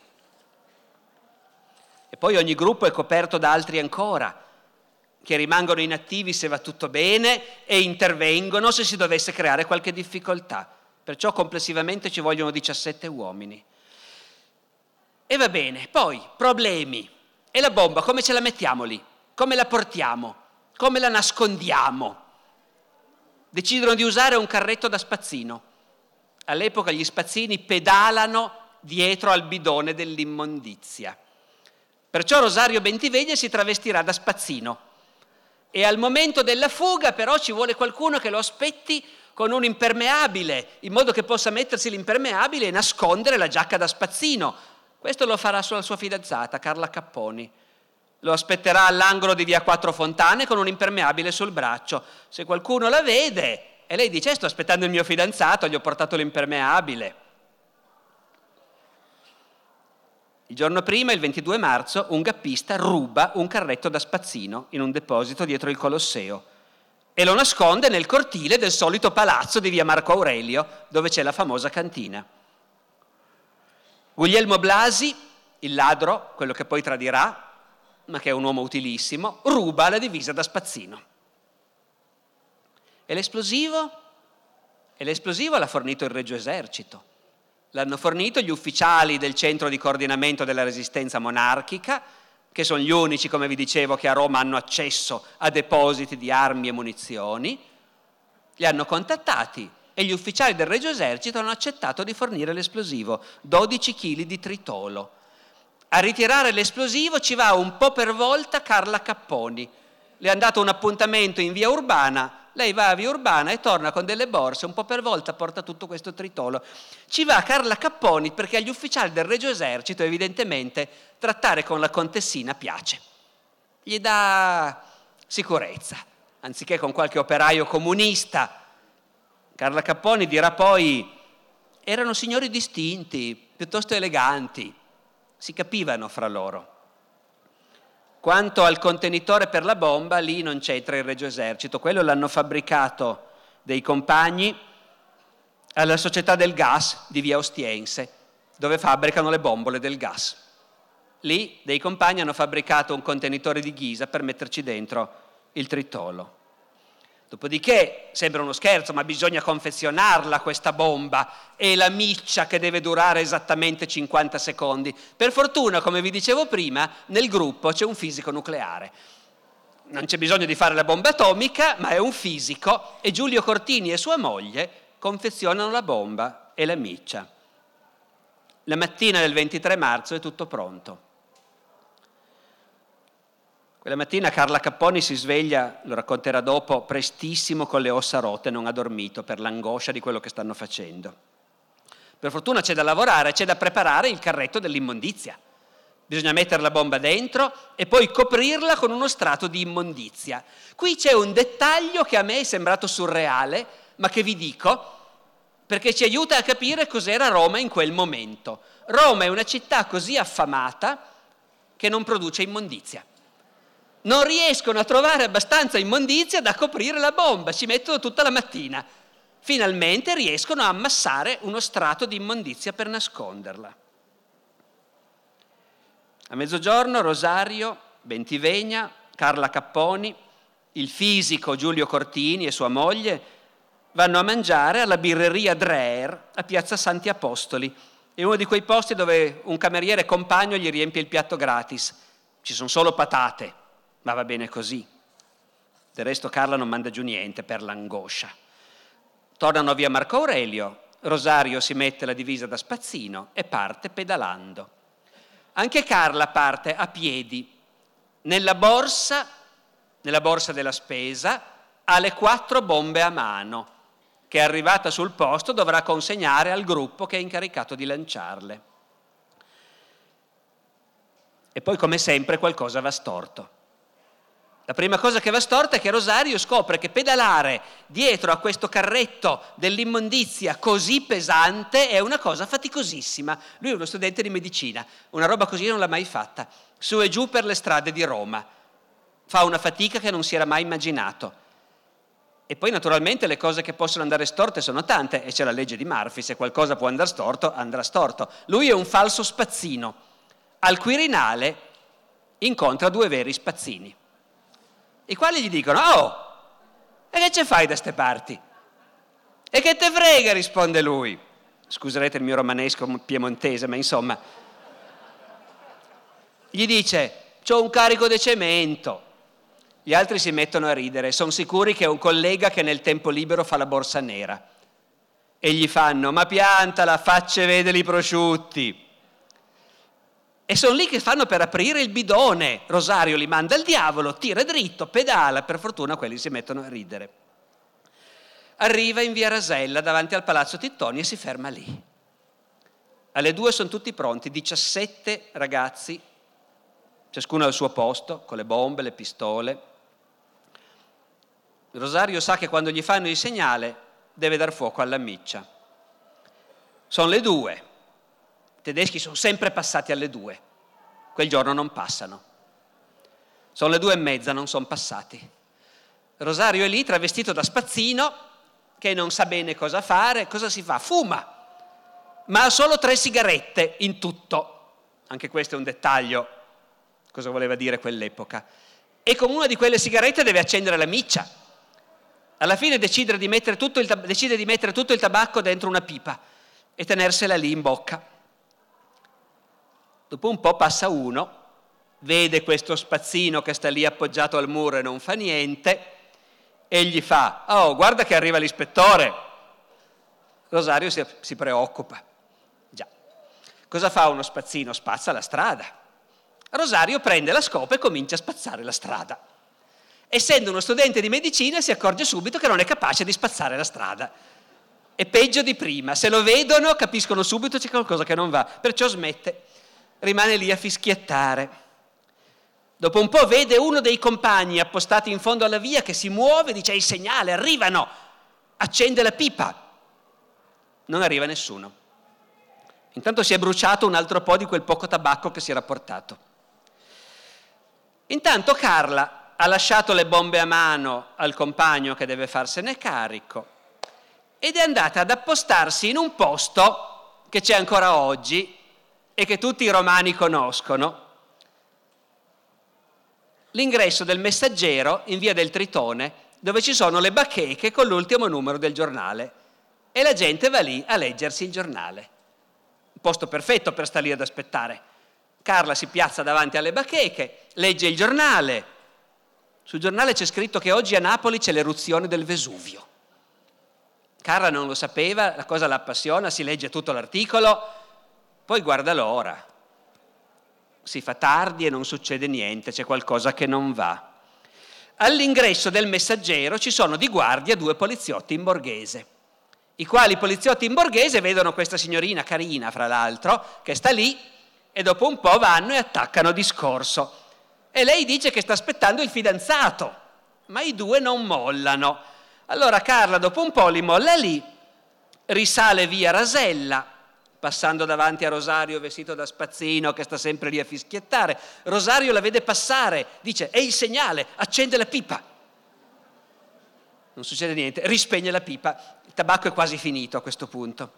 E poi ogni gruppo è coperto da altri ancora, che rimangono inattivi se va tutto bene e intervengono se si dovesse creare qualche difficoltà. Perciò complessivamente ci vogliono 17 uomini. E va bene, poi problemi. E la bomba come ce la mettiamo lì? Come la portiamo? Come la nascondiamo? Decidono di usare un carretto da spazzino. All'epoca gli spazzini pedalano dietro al bidone dell'immondizia. Perciò Rosario Bentiveglia si travestirà da spazzino. E al momento della fuga però ci vuole qualcuno che lo aspetti con un impermeabile, in modo che possa mettersi l'impermeabile e nascondere la giacca da spazzino. Questo lo farà la sua fidanzata, Carla Capponi. Lo aspetterà all'angolo di via Quattro Fontane con un impermeabile sul braccio. Se qualcuno la vede e lei dice sto aspettando il mio fidanzato, gli ho portato l'impermeabile. Il giorno prima, il 22 marzo, un gappista ruba un carretto da spazzino in un deposito dietro il Colosseo e lo nasconde nel cortile del solito palazzo di via Marco Aurelio, dove c'è la famosa cantina. Guglielmo Blasi, il ladro, quello che poi tradirà, ma che è un uomo utilissimo, ruba la divisa da spazzino. E l'esplosivo? E l'esplosivo l'ha fornito il Regio Esercito. L'hanno fornito gli ufficiali del centro di coordinamento della resistenza monarchica, che sono gli unici, come vi dicevo, che a Roma hanno accesso a depositi di armi e munizioni. Li hanno contattati e gli ufficiali del Regio Esercito hanno accettato di fornire l'esplosivo, 12 kg di tritolo. A ritirare l'esplosivo ci va un po' per volta Carla Capponi. Le hanno dato un appuntamento in via Urbana, lei va a via Urbana e torna con delle borse, un po' per volta porta tutto questo tritolo. Ci va Carla Capponi perché agli ufficiali del Regio Esercito evidentemente trattare con la contessina piace. Gli dà sicurezza, anziché con qualche operaio comunista. Carla Capponi dirà poi, erano signori distinti, piuttosto eleganti. Si capivano fra loro. Quanto al contenitore per la bomba, lì non c'entra il Regio Esercito, quello l'hanno fabbricato dei compagni alla Società del Gas di via Ostiense, dove fabbricano le bombole del gas. Lì dei compagni hanno fabbricato un contenitore di ghisa per metterci dentro il tritolo. Dopodiché, sembra uno scherzo, ma bisogna confezionarla questa bomba e la miccia che deve durare esattamente 50 secondi. Per fortuna, come vi dicevo prima, nel gruppo c'è un fisico nucleare. Non c'è bisogno di fare la bomba atomica, ma è un fisico, e Giulio Cortini e sua moglie confezionano la bomba e la miccia. La mattina del 23 marzo è tutto pronto. Quella mattina Carla Capponi si sveglia, lo racconterà dopo, prestissimo con le ossa rotte, non ha dormito per l'angoscia di quello che stanno facendo. Per fortuna c'è da lavorare, c'è da preparare il carretto dell'immondizia. Bisogna mettere la bomba dentro e poi coprirla con uno strato di immondizia. Qui c'è un dettaglio che a me è sembrato surreale, ma che vi dico perché ci aiuta a capire cos'era Roma in quel momento. Roma è una città così affamata che non produce immondizia. Non riescono a trovare abbastanza immondizia da coprire la bomba, ci mettono tutta la mattina. Finalmente riescono a ammassare uno strato di immondizia per nasconderla. A mezzogiorno Rosario, Bentivegna, Carla Capponi, il fisico Giulio Cortini e sua moglie vanno a mangiare alla birreria Dreher a Piazza Santi Apostoli. È uno di quei posti dove un cameriere compagno gli riempie il piatto gratis. Ci sono solo patate, ma va bene così. Del resto Carla non manda giù niente per l'angoscia. Tornano via Marco Aurelio, Rosario si mette la divisa da spazzino e parte pedalando. Anche Carla parte a piedi. Nella borsa della spesa ha le 4 bombe a mano, che arrivata sul posto dovrà consegnare al gruppo che è incaricato di lanciarle. E poi, come sempre, qualcosa va storto. La prima cosa che va storta è che Rosario scopre che pedalare dietro a questo carretto dell'immondizia così pesante è una cosa faticosissima. Lui è uno studente di medicina, una roba così non l'ha mai fatta. Su e giù per le strade di Roma. Fa una fatica che non si era mai immaginato. E poi naturalmente le cose che possono andare storte sono tante e c'è la legge di Murphy, se qualcosa può andare storto, andrà storto. Lui è un falso spazzino. Al Quirinale incontra 2 veri spazzini, i quali gli dicono: «Oh, e che ce fai da ste parti?» «E che te frega?» risponde lui. Scuserete il mio romanesco piemontese, ma insomma. Gli dice: «C'ho un carico di cemento». Gli altri si mettono a ridere, sono sicuri che è un collega che nel tempo libero fa la borsa nera. E gli fanno: «Ma piantala, facce vedere i prosciutti». E sono lì che fanno per aprire il bidone. Rosario li manda al diavolo, tira dritto, pedala, per fortuna quelli si mettono a ridere. Arriva in via Rasella davanti al Palazzo Tittoni e si ferma lì. Alle 2 sono tutti pronti, 17 ragazzi, ciascuno al suo posto, con le bombe, le pistole. Rosario sa che quando gli fanno il segnale deve dar fuoco alla miccia. Sono le 2. I tedeschi sono sempre passati alle 2. Quel giorno non passano. Sono le 2:30, non sono passati. Rosario è lì travestito da spazzino, che non sa bene cosa fare. Cosa si fa? Fuma, ma ha solo 3 sigarette in tutto. Anche questo è un dettaglio. Cosa voleva dire quell'epoca? E con una di quelle sigarette deve accendere la miccia. Alla fine decide di mettere tutto il tabacco dentro una pipa e tenersela lì in bocca. Dopo un po' passa uno, vede questo spazzino che sta lì appoggiato al muro e non fa niente, e gli fa: «Oh, guarda che arriva l'ispettore!» Rosario si preoccupa. Già. Cosa fa uno spazzino? Spazza la strada. Rosario prende la scopa e comincia a spazzare la strada. Essendo uno studente di medicina si accorge subito che non è capace di spazzare la strada. È peggio di prima. Se lo vedono capiscono subito c'è qualcosa che non va. Perciò smette. Rimane lì a fischiettare. Dopo un po' vede uno dei compagni appostati in fondo alla via che si muove, dice: «È il segnale, arrivano!» Accende la pipa. Non arriva nessuno. Intanto si è bruciato un altro po' di quel poco tabacco che si era portato. Intanto Carla ha lasciato le bombe a mano al compagno che deve farsene carico ed è andata ad appostarsi in un posto che c'è ancora oggi e che tutti i romani conoscono, l'ingresso del Messaggero in via del Tritone, dove ci sono le bacheche con l'ultimo numero del giornale e la gente va lì a leggersi il giornale. Un posto perfetto per stare lì ad aspettare. Carla si piazza davanti alle bacheche, legge il giornale. Sul giornale c'è scritto che oggi a Napoli c'è l'eruzione del Vesuvio. Carla non lo sapeva, la cosa la appassiona, si legge tutto l'articolo, poi guarda l'ora. Si fa tardi e non succede niente, c'è qualcosa che non va. All'ingresso del Messaggero ci sono di guardia 2 poliziotti in borghese, i quali poliziotti in borghese vedono questa signorina carina, fra l'altro, che sta lì e dopo un po' vanno e attaccano discorso. E lei dice che sta aspettando il fidanzato, ma i 2 non mollano. Allora Carla dopo un po' li molla lì, risale via Rasella, passando davanti a Rosario vestito da spazzino che sta sempre lì a fischiettare. Rosario la vede passare, dice: è il segnale, accende la pipa. Non succede niente, rispegne la pipa, il tabacco è quasi finito a questo punto.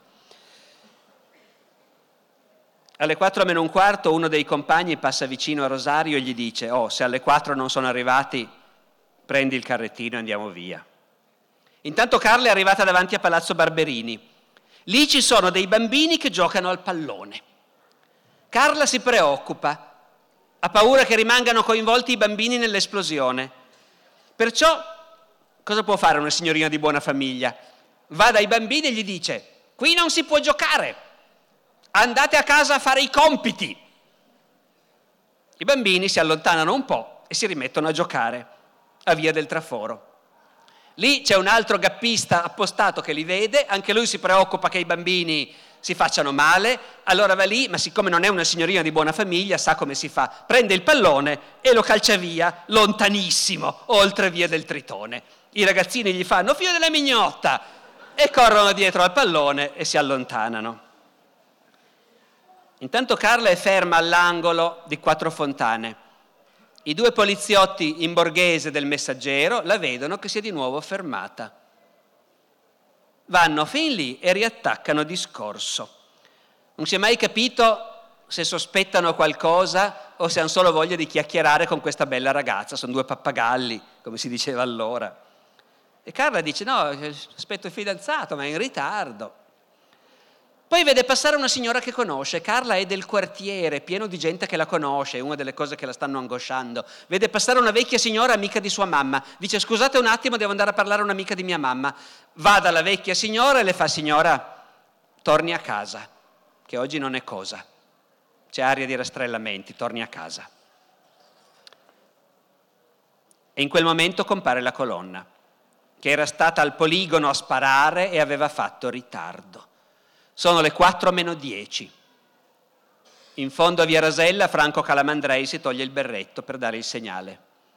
Alle 4 meno un quarto uno dei compagni passa vicino a Rosario e gli dice: oh, se alle 4 non sono arrivati, prendi il carrettino e andiamo via. Intanto Carla è arrivata davanti a Palazzo Barberini. Lì ci sono dei bambini che giocano al pallone. Carla si preoccupa, ha paura che rimangano coinvolti i bambini nell'esplosione. Perciò cosa può fare una signorina di buona famiglia? Va dai bambini e gli dice: qui non si può giocare, andate a casa a fare i compiti. I bambini si allontanano un po' e si rimettono a giocare a Via del Traforo. Lì c'è un altro gappista appostato che li vede, anche lui si preoccupa che i bambini si facciano male, allora va lì, ma siccome non è una signorina di buona famiglia, sa come si fa, prende il pallone e lo calcia via lontanissimo, oltre Via del Tritone. I ragazzini gli fanno: figlio della mignotta, e corrono dietro al pallone e si allontanano. Intanto Carla è ferma all'angolo di Quattro Fontane. I 2 poliziotti in borghese del Messaggero la vedono che si è di nuovo fermata. Vanno fin lì e riattaccano discorso. Non si è mai capito se sospettano qualcosa o se hanno solo voglia di chiacchierare con questa bella ragazza. Sono 2 pappagalli, come si diceva allora. E Carla dice: no, aspetto il fidanzato, ma è in ritardo. Poi vede passare una signora che conosce. Carla è del quartiere, pieno di gente che la conosce, è una delle cose che la stanno angosciando. Vede passare una vecchia signora amica di sua mamma. Dice: scusate un attimo, devo andare a parlare a un'amica di mia mamma. Va dalla vecchia signora e le fa: signora, torni a casa, che oggi non è cosa. C'è aria di rastrellamenti, torni a casa. E in quel momento compare la colonna, che era stata al poligono a sparare e aveva fatto ritardo. Sono le 4 meno 10. In fondo a Via Rasella Franco Calamandrei si toglie il berretto per dare il segnale.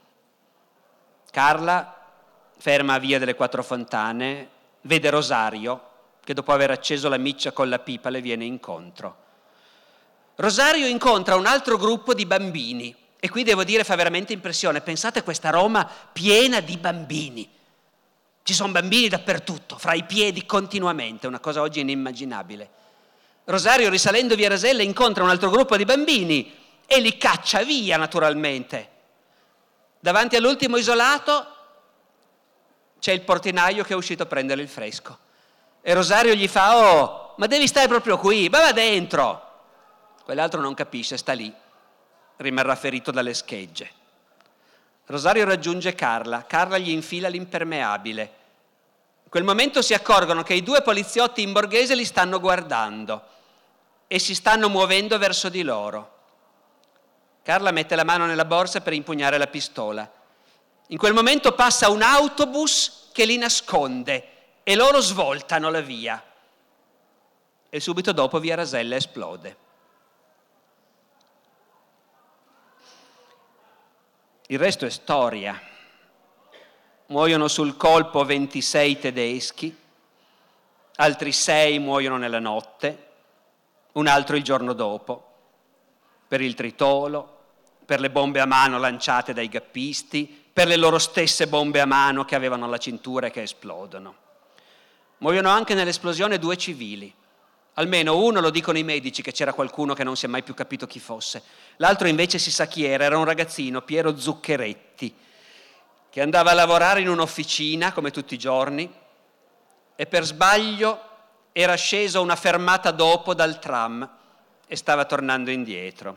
Carla, ferma a Via delle Quattro Fontane, vede Rosario che dopo aver acceso la miccia con la pipa le viene incontro. Rosario incontra un altro gruppo di bambini e qui devo dire fa veramente impressione. Pensate a questa Roma piena di bambini. Ci sono bambini dappertutto, fra i piedi continuamente, una cosa oggi inimmaginabile. Rosario, risalendo Via Rasella, incontra un altro gruppo di bambini e li caccia via, naturalmente. Davanti all'ultimo isolato c'è il portinaio che è uscito a prendere il fresco. E Rosario gli fa: oh, ma devi stare proprio qui, va dentro. Quell'altro non capisce, sta lì, rimarrà ferito dalle schegge. Rosario raggiunge Carla, Carla gli infila l'impermeabile. In quel momento si accorgono che i 2 poliziotti in borghese li stanno guardando e si stanno muovendo verso di loro. Carla mette la mano nella borsa per impugnare la pistola. In quel momento passa un autobus che li nasconde e loro svoltano la via. E subito dopo Via Rasella esplode. Il resto è storia. Muoiono sul colpo 26 tedeschi, altri 6 muoiono nella notte, un altro il giorno dopo, per il tritolo, per le bombe a mano lanciate dai gappisti, per le loro stesse bombe a mano che avevano alla cintura e che esplodono. Muoiono anche nell'esplosione 2 civili, Almeno uno lo dicono i medici, che c'era qualcuno che non si è mai più capito chi fosse. L'altro invece si sa chi era un ragazzino, Piero Zuccheretti, che andava a lavorare in un'officina come tutti i giorni e per sbaglio era sceso una fermata dopo dal tram e stava tornando indietro.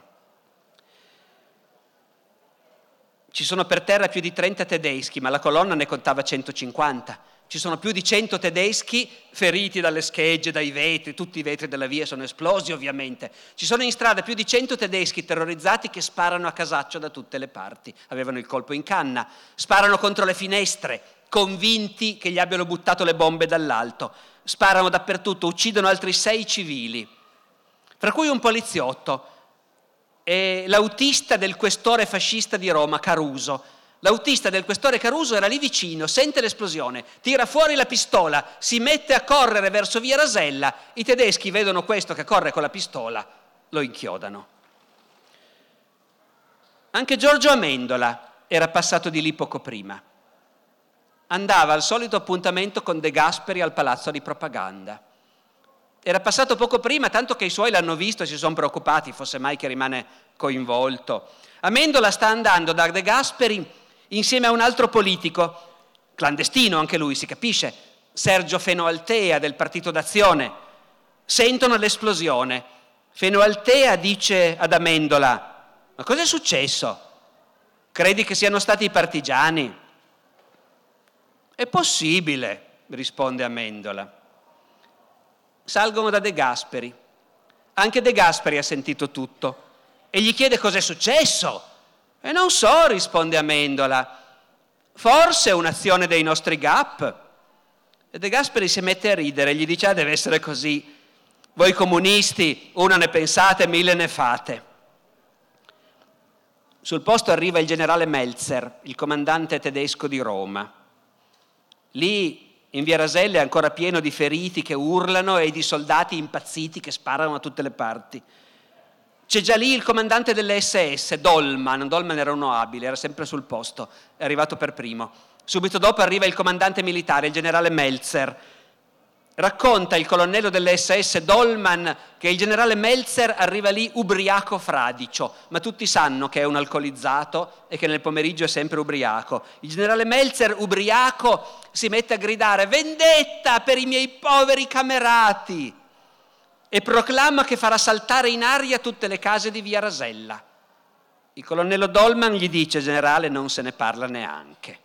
Ci sono per terra più di 30 tedeschi, ma la colonna ne contava 150. Ci sono più di 100 tedeschi feriti dalle schegge, dai vetri, tutti i vetri della via sono esplosi ovviamente. Ci sono in strada più di 100 tedeschi terrorizzati che sparano a casaccio da tutte le parti. Avevano il colpo in canna, sparano contro le finestre, convinti che gli abbiano buttato le bombe dall'alto. Sparano dappertutto, uccidono altri 6 civili, fra cui un poliziotto e l'autista del questore fascista di Roma, Caruso. L'autista del questore Caruso era lì vicino, sente l'esplosione, tira fuori la pistola, si mette a correre verso via Rasella, i tedeschi vedono questo che corre con la pistola, lo inchiodano. Anche Giorgio Amendola era passato di lì poco prima. Andava al solito appuntamento con De Gasperi al Palazzo di Propaganda. Era passato poco prima, tanto che i suoi l'hanno visto e si sono preoccupati, fosse mai che rimane coinvolto. Amendola sta andando da De Gasperi insieme a un altro politico, clandestino anche lui, si capisce, Sergio Fenoaltea del Partito d'Azione. Sentono l'esplosione. Fenoaltea dice ad Amendola: ma cosa è successo? Credi che siano stati i partigiani? È possibile, risponde Amendola. Salgono da De Gasperi. Anche De Gasperi ha sentito tutto e gli chiede cos'è successo. E non so, risponde Amendola, forse un'azione dei nostri GAP. E De Gasperi si mette a ridere e gli dice: deve essere così. Voi comunisti, una ne pensate, 1000 ne fate. Sul posto arriva il generale Meltzer, il comandante tedesco di Roma. Lì in via Rasella è ancora pieno di feriti che urlano e di soldati impazziti che sparano da tutte le parti. C'è già lì il comandante delle SS, Dollmann era uno abile, era sempre sul posto, è arrivato per primo. Subito dopo arriva il comandante militare, il generale Meltzer. Racconta il colonnello delle SS, Dollmann, che il generale Meltzer arriva lì ubriaco fradicio, ma tutti sanno che è un alcolizzato e che nel pomeriggio è sempre ubriaco. Il generale Meltzer, ubriaco, si mette a gridare: vendetta per i miei poveri camerati! E proclama che farà saltare in aria tutte le case di via Rasella. Il colonnello Dollmann gli dice: generale, non se ne parla neanche.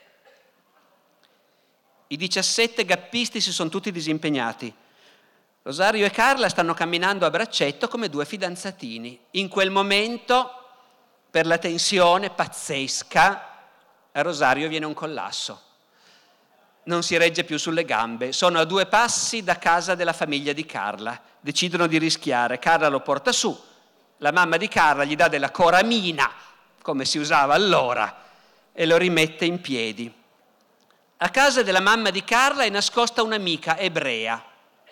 I 17 gappisti si sono tutti disimpegnati. Rosario e Carla stanno camminando a braccetto come 2 fidanzatini. In quel momento, per la tensione pazzesca, a Rosario viene un collasso. Non si regge più sulle gambe. Sono a 2 passi da casa della famiglia di Carla. Decidono di rischiare. Carla lo porta su. La mamma di Carla gli dà della coramina, come si usava allora, e lo rimette in piedi. A casa della mamma di Carla è nascosta un'amica ebrea,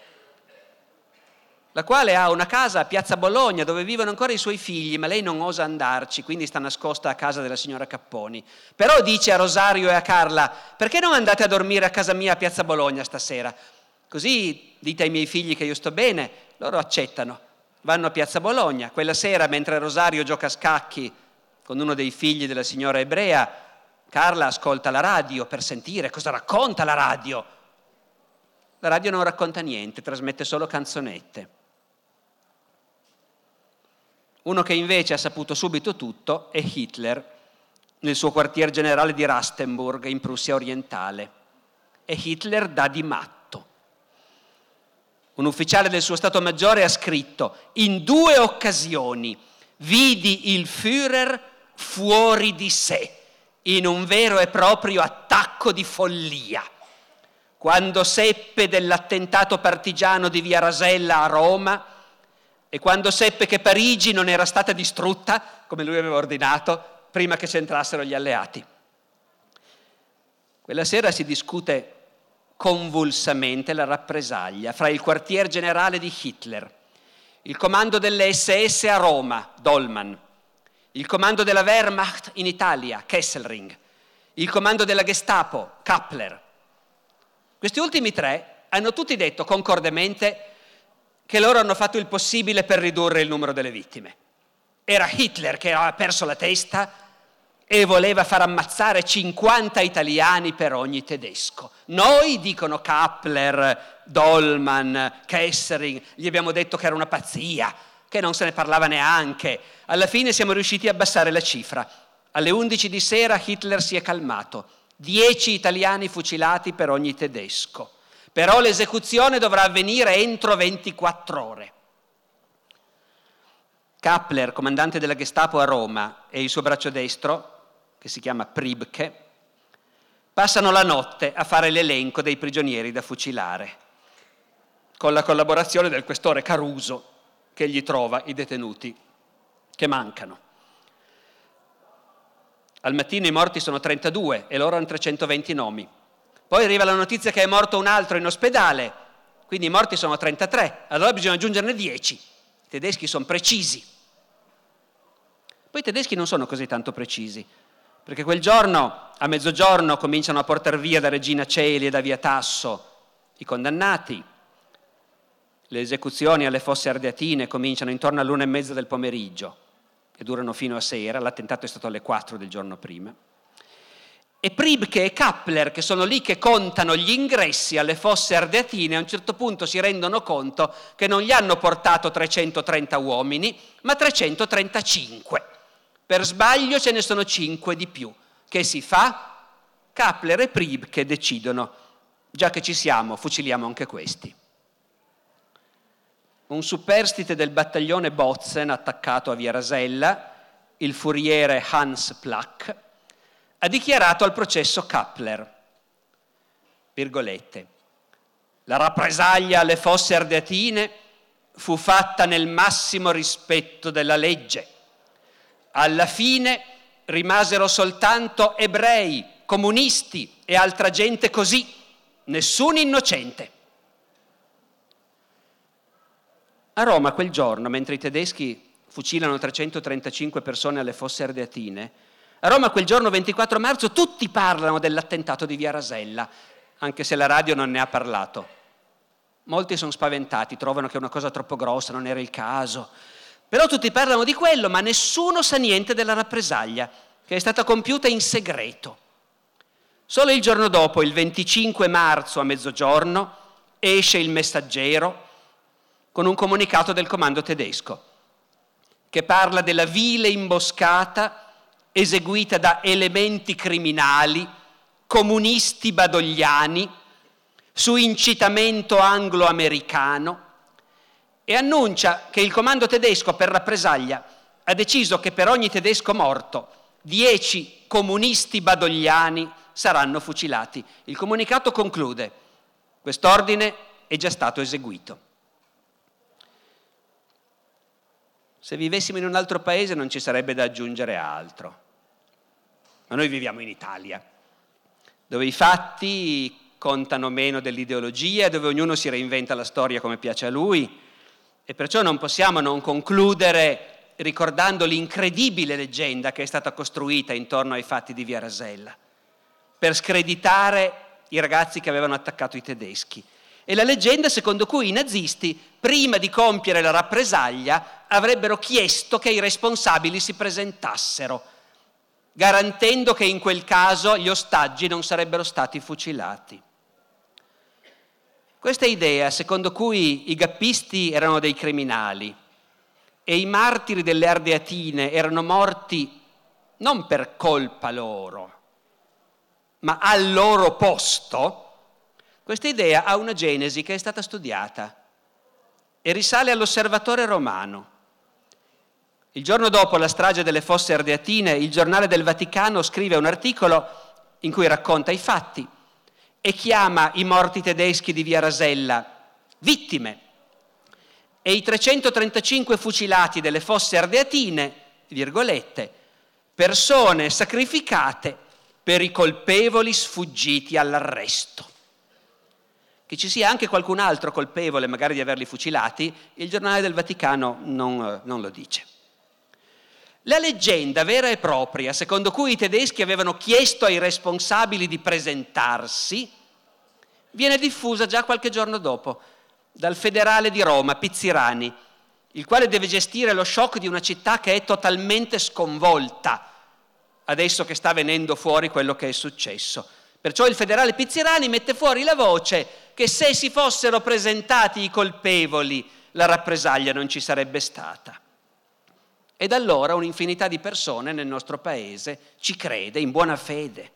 la quale ha una casa a Piazza Bologna dove vivono ancora i suoi figli, ma lei non osa andarci, quindi sta nascosta a casa della signora Capponi. Però dice a Rosario e a Carla: perché non andate a dormire a casa mia a Piazza Bologna stasera? Così dite ai miei figli che io sto bene. Loro accettano, vanno a Piazza Bologna. Quella sera, mentre Rosario gioca a scacchi con uno dei figli della signora ebrea, Carla ascolta la radio per sentire cosa racconta la radio. La radio non racconta niente, trasmette solo canzonette. Uno che invece ha saputo subito tutto è Hitler, nel suo quartier generale di Rastenburg, in Prussia orientale. E Hitler dà di matto. Un ufficiale del suo Stato Maggiore ha scritto: in 2 occasioni vidi il Führer fuori di sé, in un vero e proprio attacco di follia. Quando seppe dell'attentato partigiano di via Rasella a Roma e quando seppe che Parigi non era stata distrutta, come lui aveva ordinato, prima che c'entrassero gli alleati. Quella sera si discute convulsamente la rappresaglia fra il quartier generale di Hitler, il comando delle SS a Roma, Dollmann, il comando della Wehrmacht in Italia, Kesselring, il comando della Gestapo, Kappler. Questi ultimi 3 hanno tutti detto concordemente che loro hanno fatto il possibile per ridurre il numero delle vittime. Era Hitler che aveva perso la testa e voleva far ammazzare 50 italiani per ogni tedesco. Noi, dicono Kappler, Dollmann, Kessering, gli abbiamo detto che era una pazzia, che non se ne parlava neanche. Alla fine siamo riusciti a abbassare la cifra. Alle 11 di sera Hitler si è calmato. 10 italiani fucilati per ogni tedesco. Però l'esecuzione dovrà avvenire entro 24 ore. Kappler, comandante della Gestapo a Roma, e il suo braccio destro, che si chiama Priebke, passano la notte a fare l'elenco dei prigionieri da fucilare, con la collaborazione del questore Caruso, che gli trova i detenuti che mancano. Al mattino i morti sono 32 e loro hanno 320 nomi. Poi arriva la notizia che è morto un altro in ospedale, quindi i morti sono 33, allora bisogna aggiungerne 10. I tedeschi sono precisi. Poi i tedeschi non sono così tanto precisi, perché quel giorno, a mezzogiorno, cominciano a portare via da Regina Coeli e da Via Tasso i condannati. Le esecuzioni alle Fosse Ardeatine cominciano intorno all'1:30 del pomeriggio e durano fino a sera. L'attentato è stato alle 4 del giorno prima. E Priebke e Kappler, che sono lì che contano gli ingressi alle Fosse Ardeatine, a un certo punto si rendono conto che non gli hanno portato 330 uomini, ma 335. Per sbaglio ce ne sono 5 di più. Che si fa? Kappler e Priebke decidono: già che ci siamo, fuciliamo anche questi. Un superstite del battaglione Botzen attaccato a Via Rasella, il furiere Hans Plack, ha dichiarato al processo Kappler, virgolette, la rappresaglia alle Fosse Ardeatine fu fatta nel massimo rispetto della legge. Alla fine rimasero soltanto ebrei, comunisti e altra gente così, nessun innocente. A Roma quel giorno, mentre i tedeschi fucilano 335 persone alle Fosse Ardeatine, a Roma quel giorno 24 marzo tutti parlano dell'attentato di Via Rasella, anche se la radio non ne ha parlato. Molti sono spaventati, trovano che è una cosa troppo grossa, non era il caso. Però tutti parlano di quello, ma nessuno sa niente della rappresaglia, che è stata compiuta in segreto. Solo il giorno dopo, il 25 marzo a mezzogiorno, esce il Messaggero con un comunicato del comando tedesco, che parla della vile imboscata eseguita da elementi criminali, comunisti badogliani, su incitamento anglo-americano, e annuncia che il comando tedesco per rappresaglia ha deciso che per ogni tedesco morto 10 comunisti badogliani saranno fucilati. Il comunicato conclude: quest'ordine è già stato eseguito. Se vivessimo in un altro paese non ci sarebbe da aggiungere altro. Ma noi viviamo in Italia, dove i fatti contano meno dell'ideologia, dove ognuno si reinventa la storia come piace a lui, e perciò non possiamo non concludere ricordando l'incredibile leggenda che è stata costruita intorno ai fatti di Via Rasella, per screditare i ragazzi che avevano attaccato i tedeschi. E la leggenda secondo cui i nazisti, prima di compiere la rappresaglia, avrebbero chiesto che i responsabili si presentassero, garantendo che in quel caso gli ostaggi non sarebbero stati fucilati. Questa idea, secondo cui i gappisti erano dei criminali e i martiri delle Ardeatine erano morti non per colpa loro, ma al loro posto, questa idea ha una genesi che è stata studiata e risale all'Osservatore Romano. Il giorno dopo la strage delle Fosse Ardeatine, il Giornale del Vaticano scrive un articolo in cui racconta i fatti e chiama i morti tedeschi di Via Rasella vittime e i 335 fucilati delle Fosse Ardeatine, virgolette, persone sacrificate per i colpevoli sfuggiti all'arresto. Che ci sia anche qualcun altro colpevole magari di averli fucilati, il Giornale del Vaticano non lo dice. La leggenda vera e propria, secondo cui i tedeschi avevano chiesto ai responsabili di presentarsi, viene diffusa già qualche giorno dopo, dal federale di Roma, Pizzirani, il quale deve gestire lo shock di una città che è totalmente sconvolta, adesso che sta venendo fuori quello che è successo. Perciò il federale Pizzirani mette fuori la voce che se si fossero presentati i colpevoli, la rappresaglia non ci sarebbe stata. E da allora un'infinità di persone nel nostro paese ci crede in buona fede.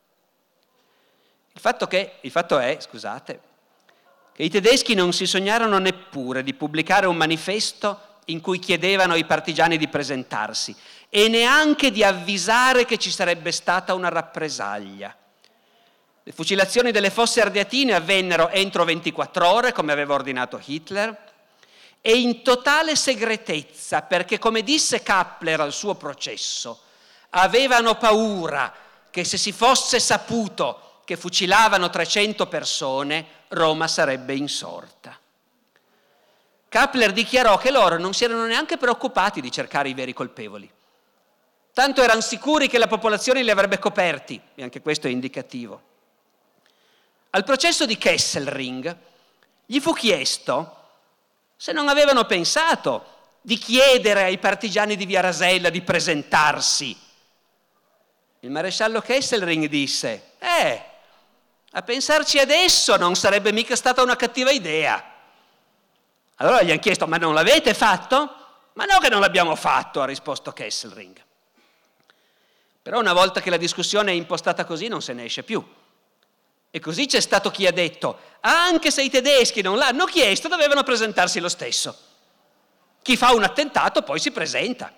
Il fatto è, che i tedeschi non si sognarono neppure di pubblicare un manifesto in cui chiedevano ai partigiani di presentarsi e neanche di avvisare che ci sarebbe stata una rappresaglia. Le fucilazioni delle fosse ardeatine avvennero entro 24 ore, come aveva ordinato Hitler, e in totale segretezza, perché, come disse Kappler al suo processo, avevano paura che se si fosse saputo che fucilavano 300 persone, Roma sarebbe insorta. Kappler dichiarò che loro non si erano neanche preoccupati di cercare i veri colpevoli. Tanto erano sicuri che la popolazione li avrebbe coperti, e anche questo è indicativo. Al processo di Kesselring gli fu chiesto se non avevano pensato di chiedere ai partigiani di Via Rasella di presentarsi. Il maresciallo Kesselring disse: a pensarci adesso non sarebbe mica stata una cattiva idea. Allora gli hanno chiesto: ma non l'avete fatto? Ma no che non l'abbiamo fatto, ha risposto Kesselring. Però una volta che la discussione è impostata così non se ne esce più. E così c'è stato chi ha detto: anche se i tedeschi non l'hanno chiesto, dovevano presentarsi lo stesso. Chi fa un attentato poi si presenta.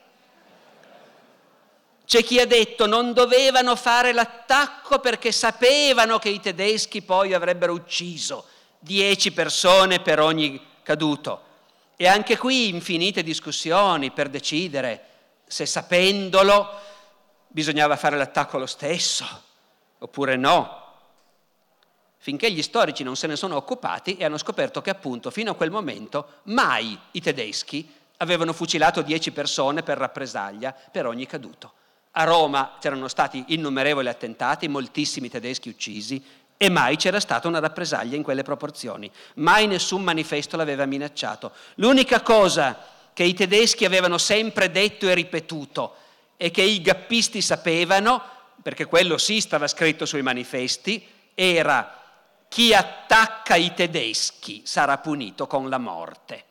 C'è chi ha detto: non dovevano fare l'attacco perché sapevano che i tedeschi poi avrebbero ucciso 10 persone per ogni caduto. E anche qui infinite discussioni per decidere se, sapendolo, bisognava fare l'attacco lo stesso oppure no, finché gli storici non se ne sono occupati e hanno scoperto che appunto fino a quel momento mai i tedeschi avevano fucilato 10 persone per rappresaglia per ogni caduto. A Roma c'erano stati innumerevoli attentati, moltissimi tedeschi uccisi e mai c'era stata una rappresaglia in quelle proporzioni. Mai nessun manifesto l'aveva minacciato. L'unica cosa che i tedeschi avevano sempre detto e ripetuto e che i gappisti sapevano, perché quello sì stava scritto sui manifesti, era: chi attacca i tedeschi sarà punito con la morte.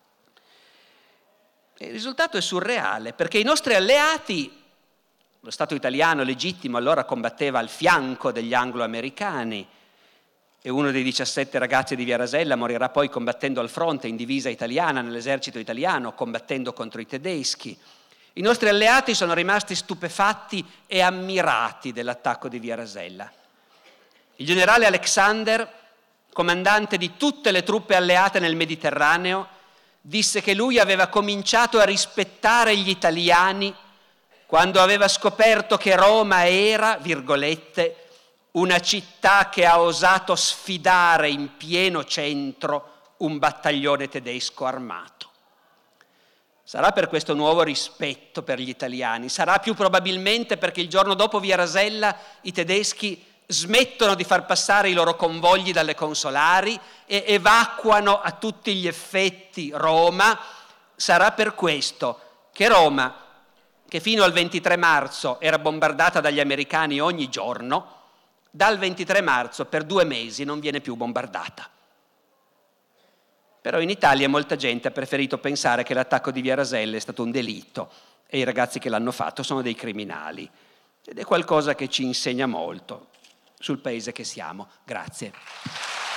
E il risultato è surreale, perché i nostri alleati, lo Stato italiano legittimo allora combatteva al fianco degli anglo-americani e uno dei 17 ragazzi di Via Rasella morirà poi combattendo al fronte in divisa italiana nell'esercito italiano, combattendo contro i tedeschi. I nostri alleati sono rimasti stupefatti e ammirati dell'attacco di Via Rasella. Il generale Alexander, comandante di tutte le truppe alleate nel Mediterraneo, disse che lui aveva cominciato a rispettare gli italiani quando aveva scoperto che Roma era, virgolette, una città che ha osato sfidare in pieno centro un battaglione tedesco armato. Sarà per questo nuovo rispetto per gli italiani, sarà più probabilmente perché il giorno dopo Via Rasella i tedeschi smettono di far passare i loro convogli dalle consolari e evacuano a tutti gli effetti Roma. Sarà per questo che Roma, che fino al 23 marzo era bombardata dagli americani ogni giorno, dal 23 marzo per 2 mesi non viene più bombardata. Però in Italia molta gente ha preferito pensare che l'attacco di Via Rasella è stato un delitto e i ragazzi che l'hanno fatto sono dei criminali. Ed è qualcosa che ci insegna molto sul paese che siamo. Grazie.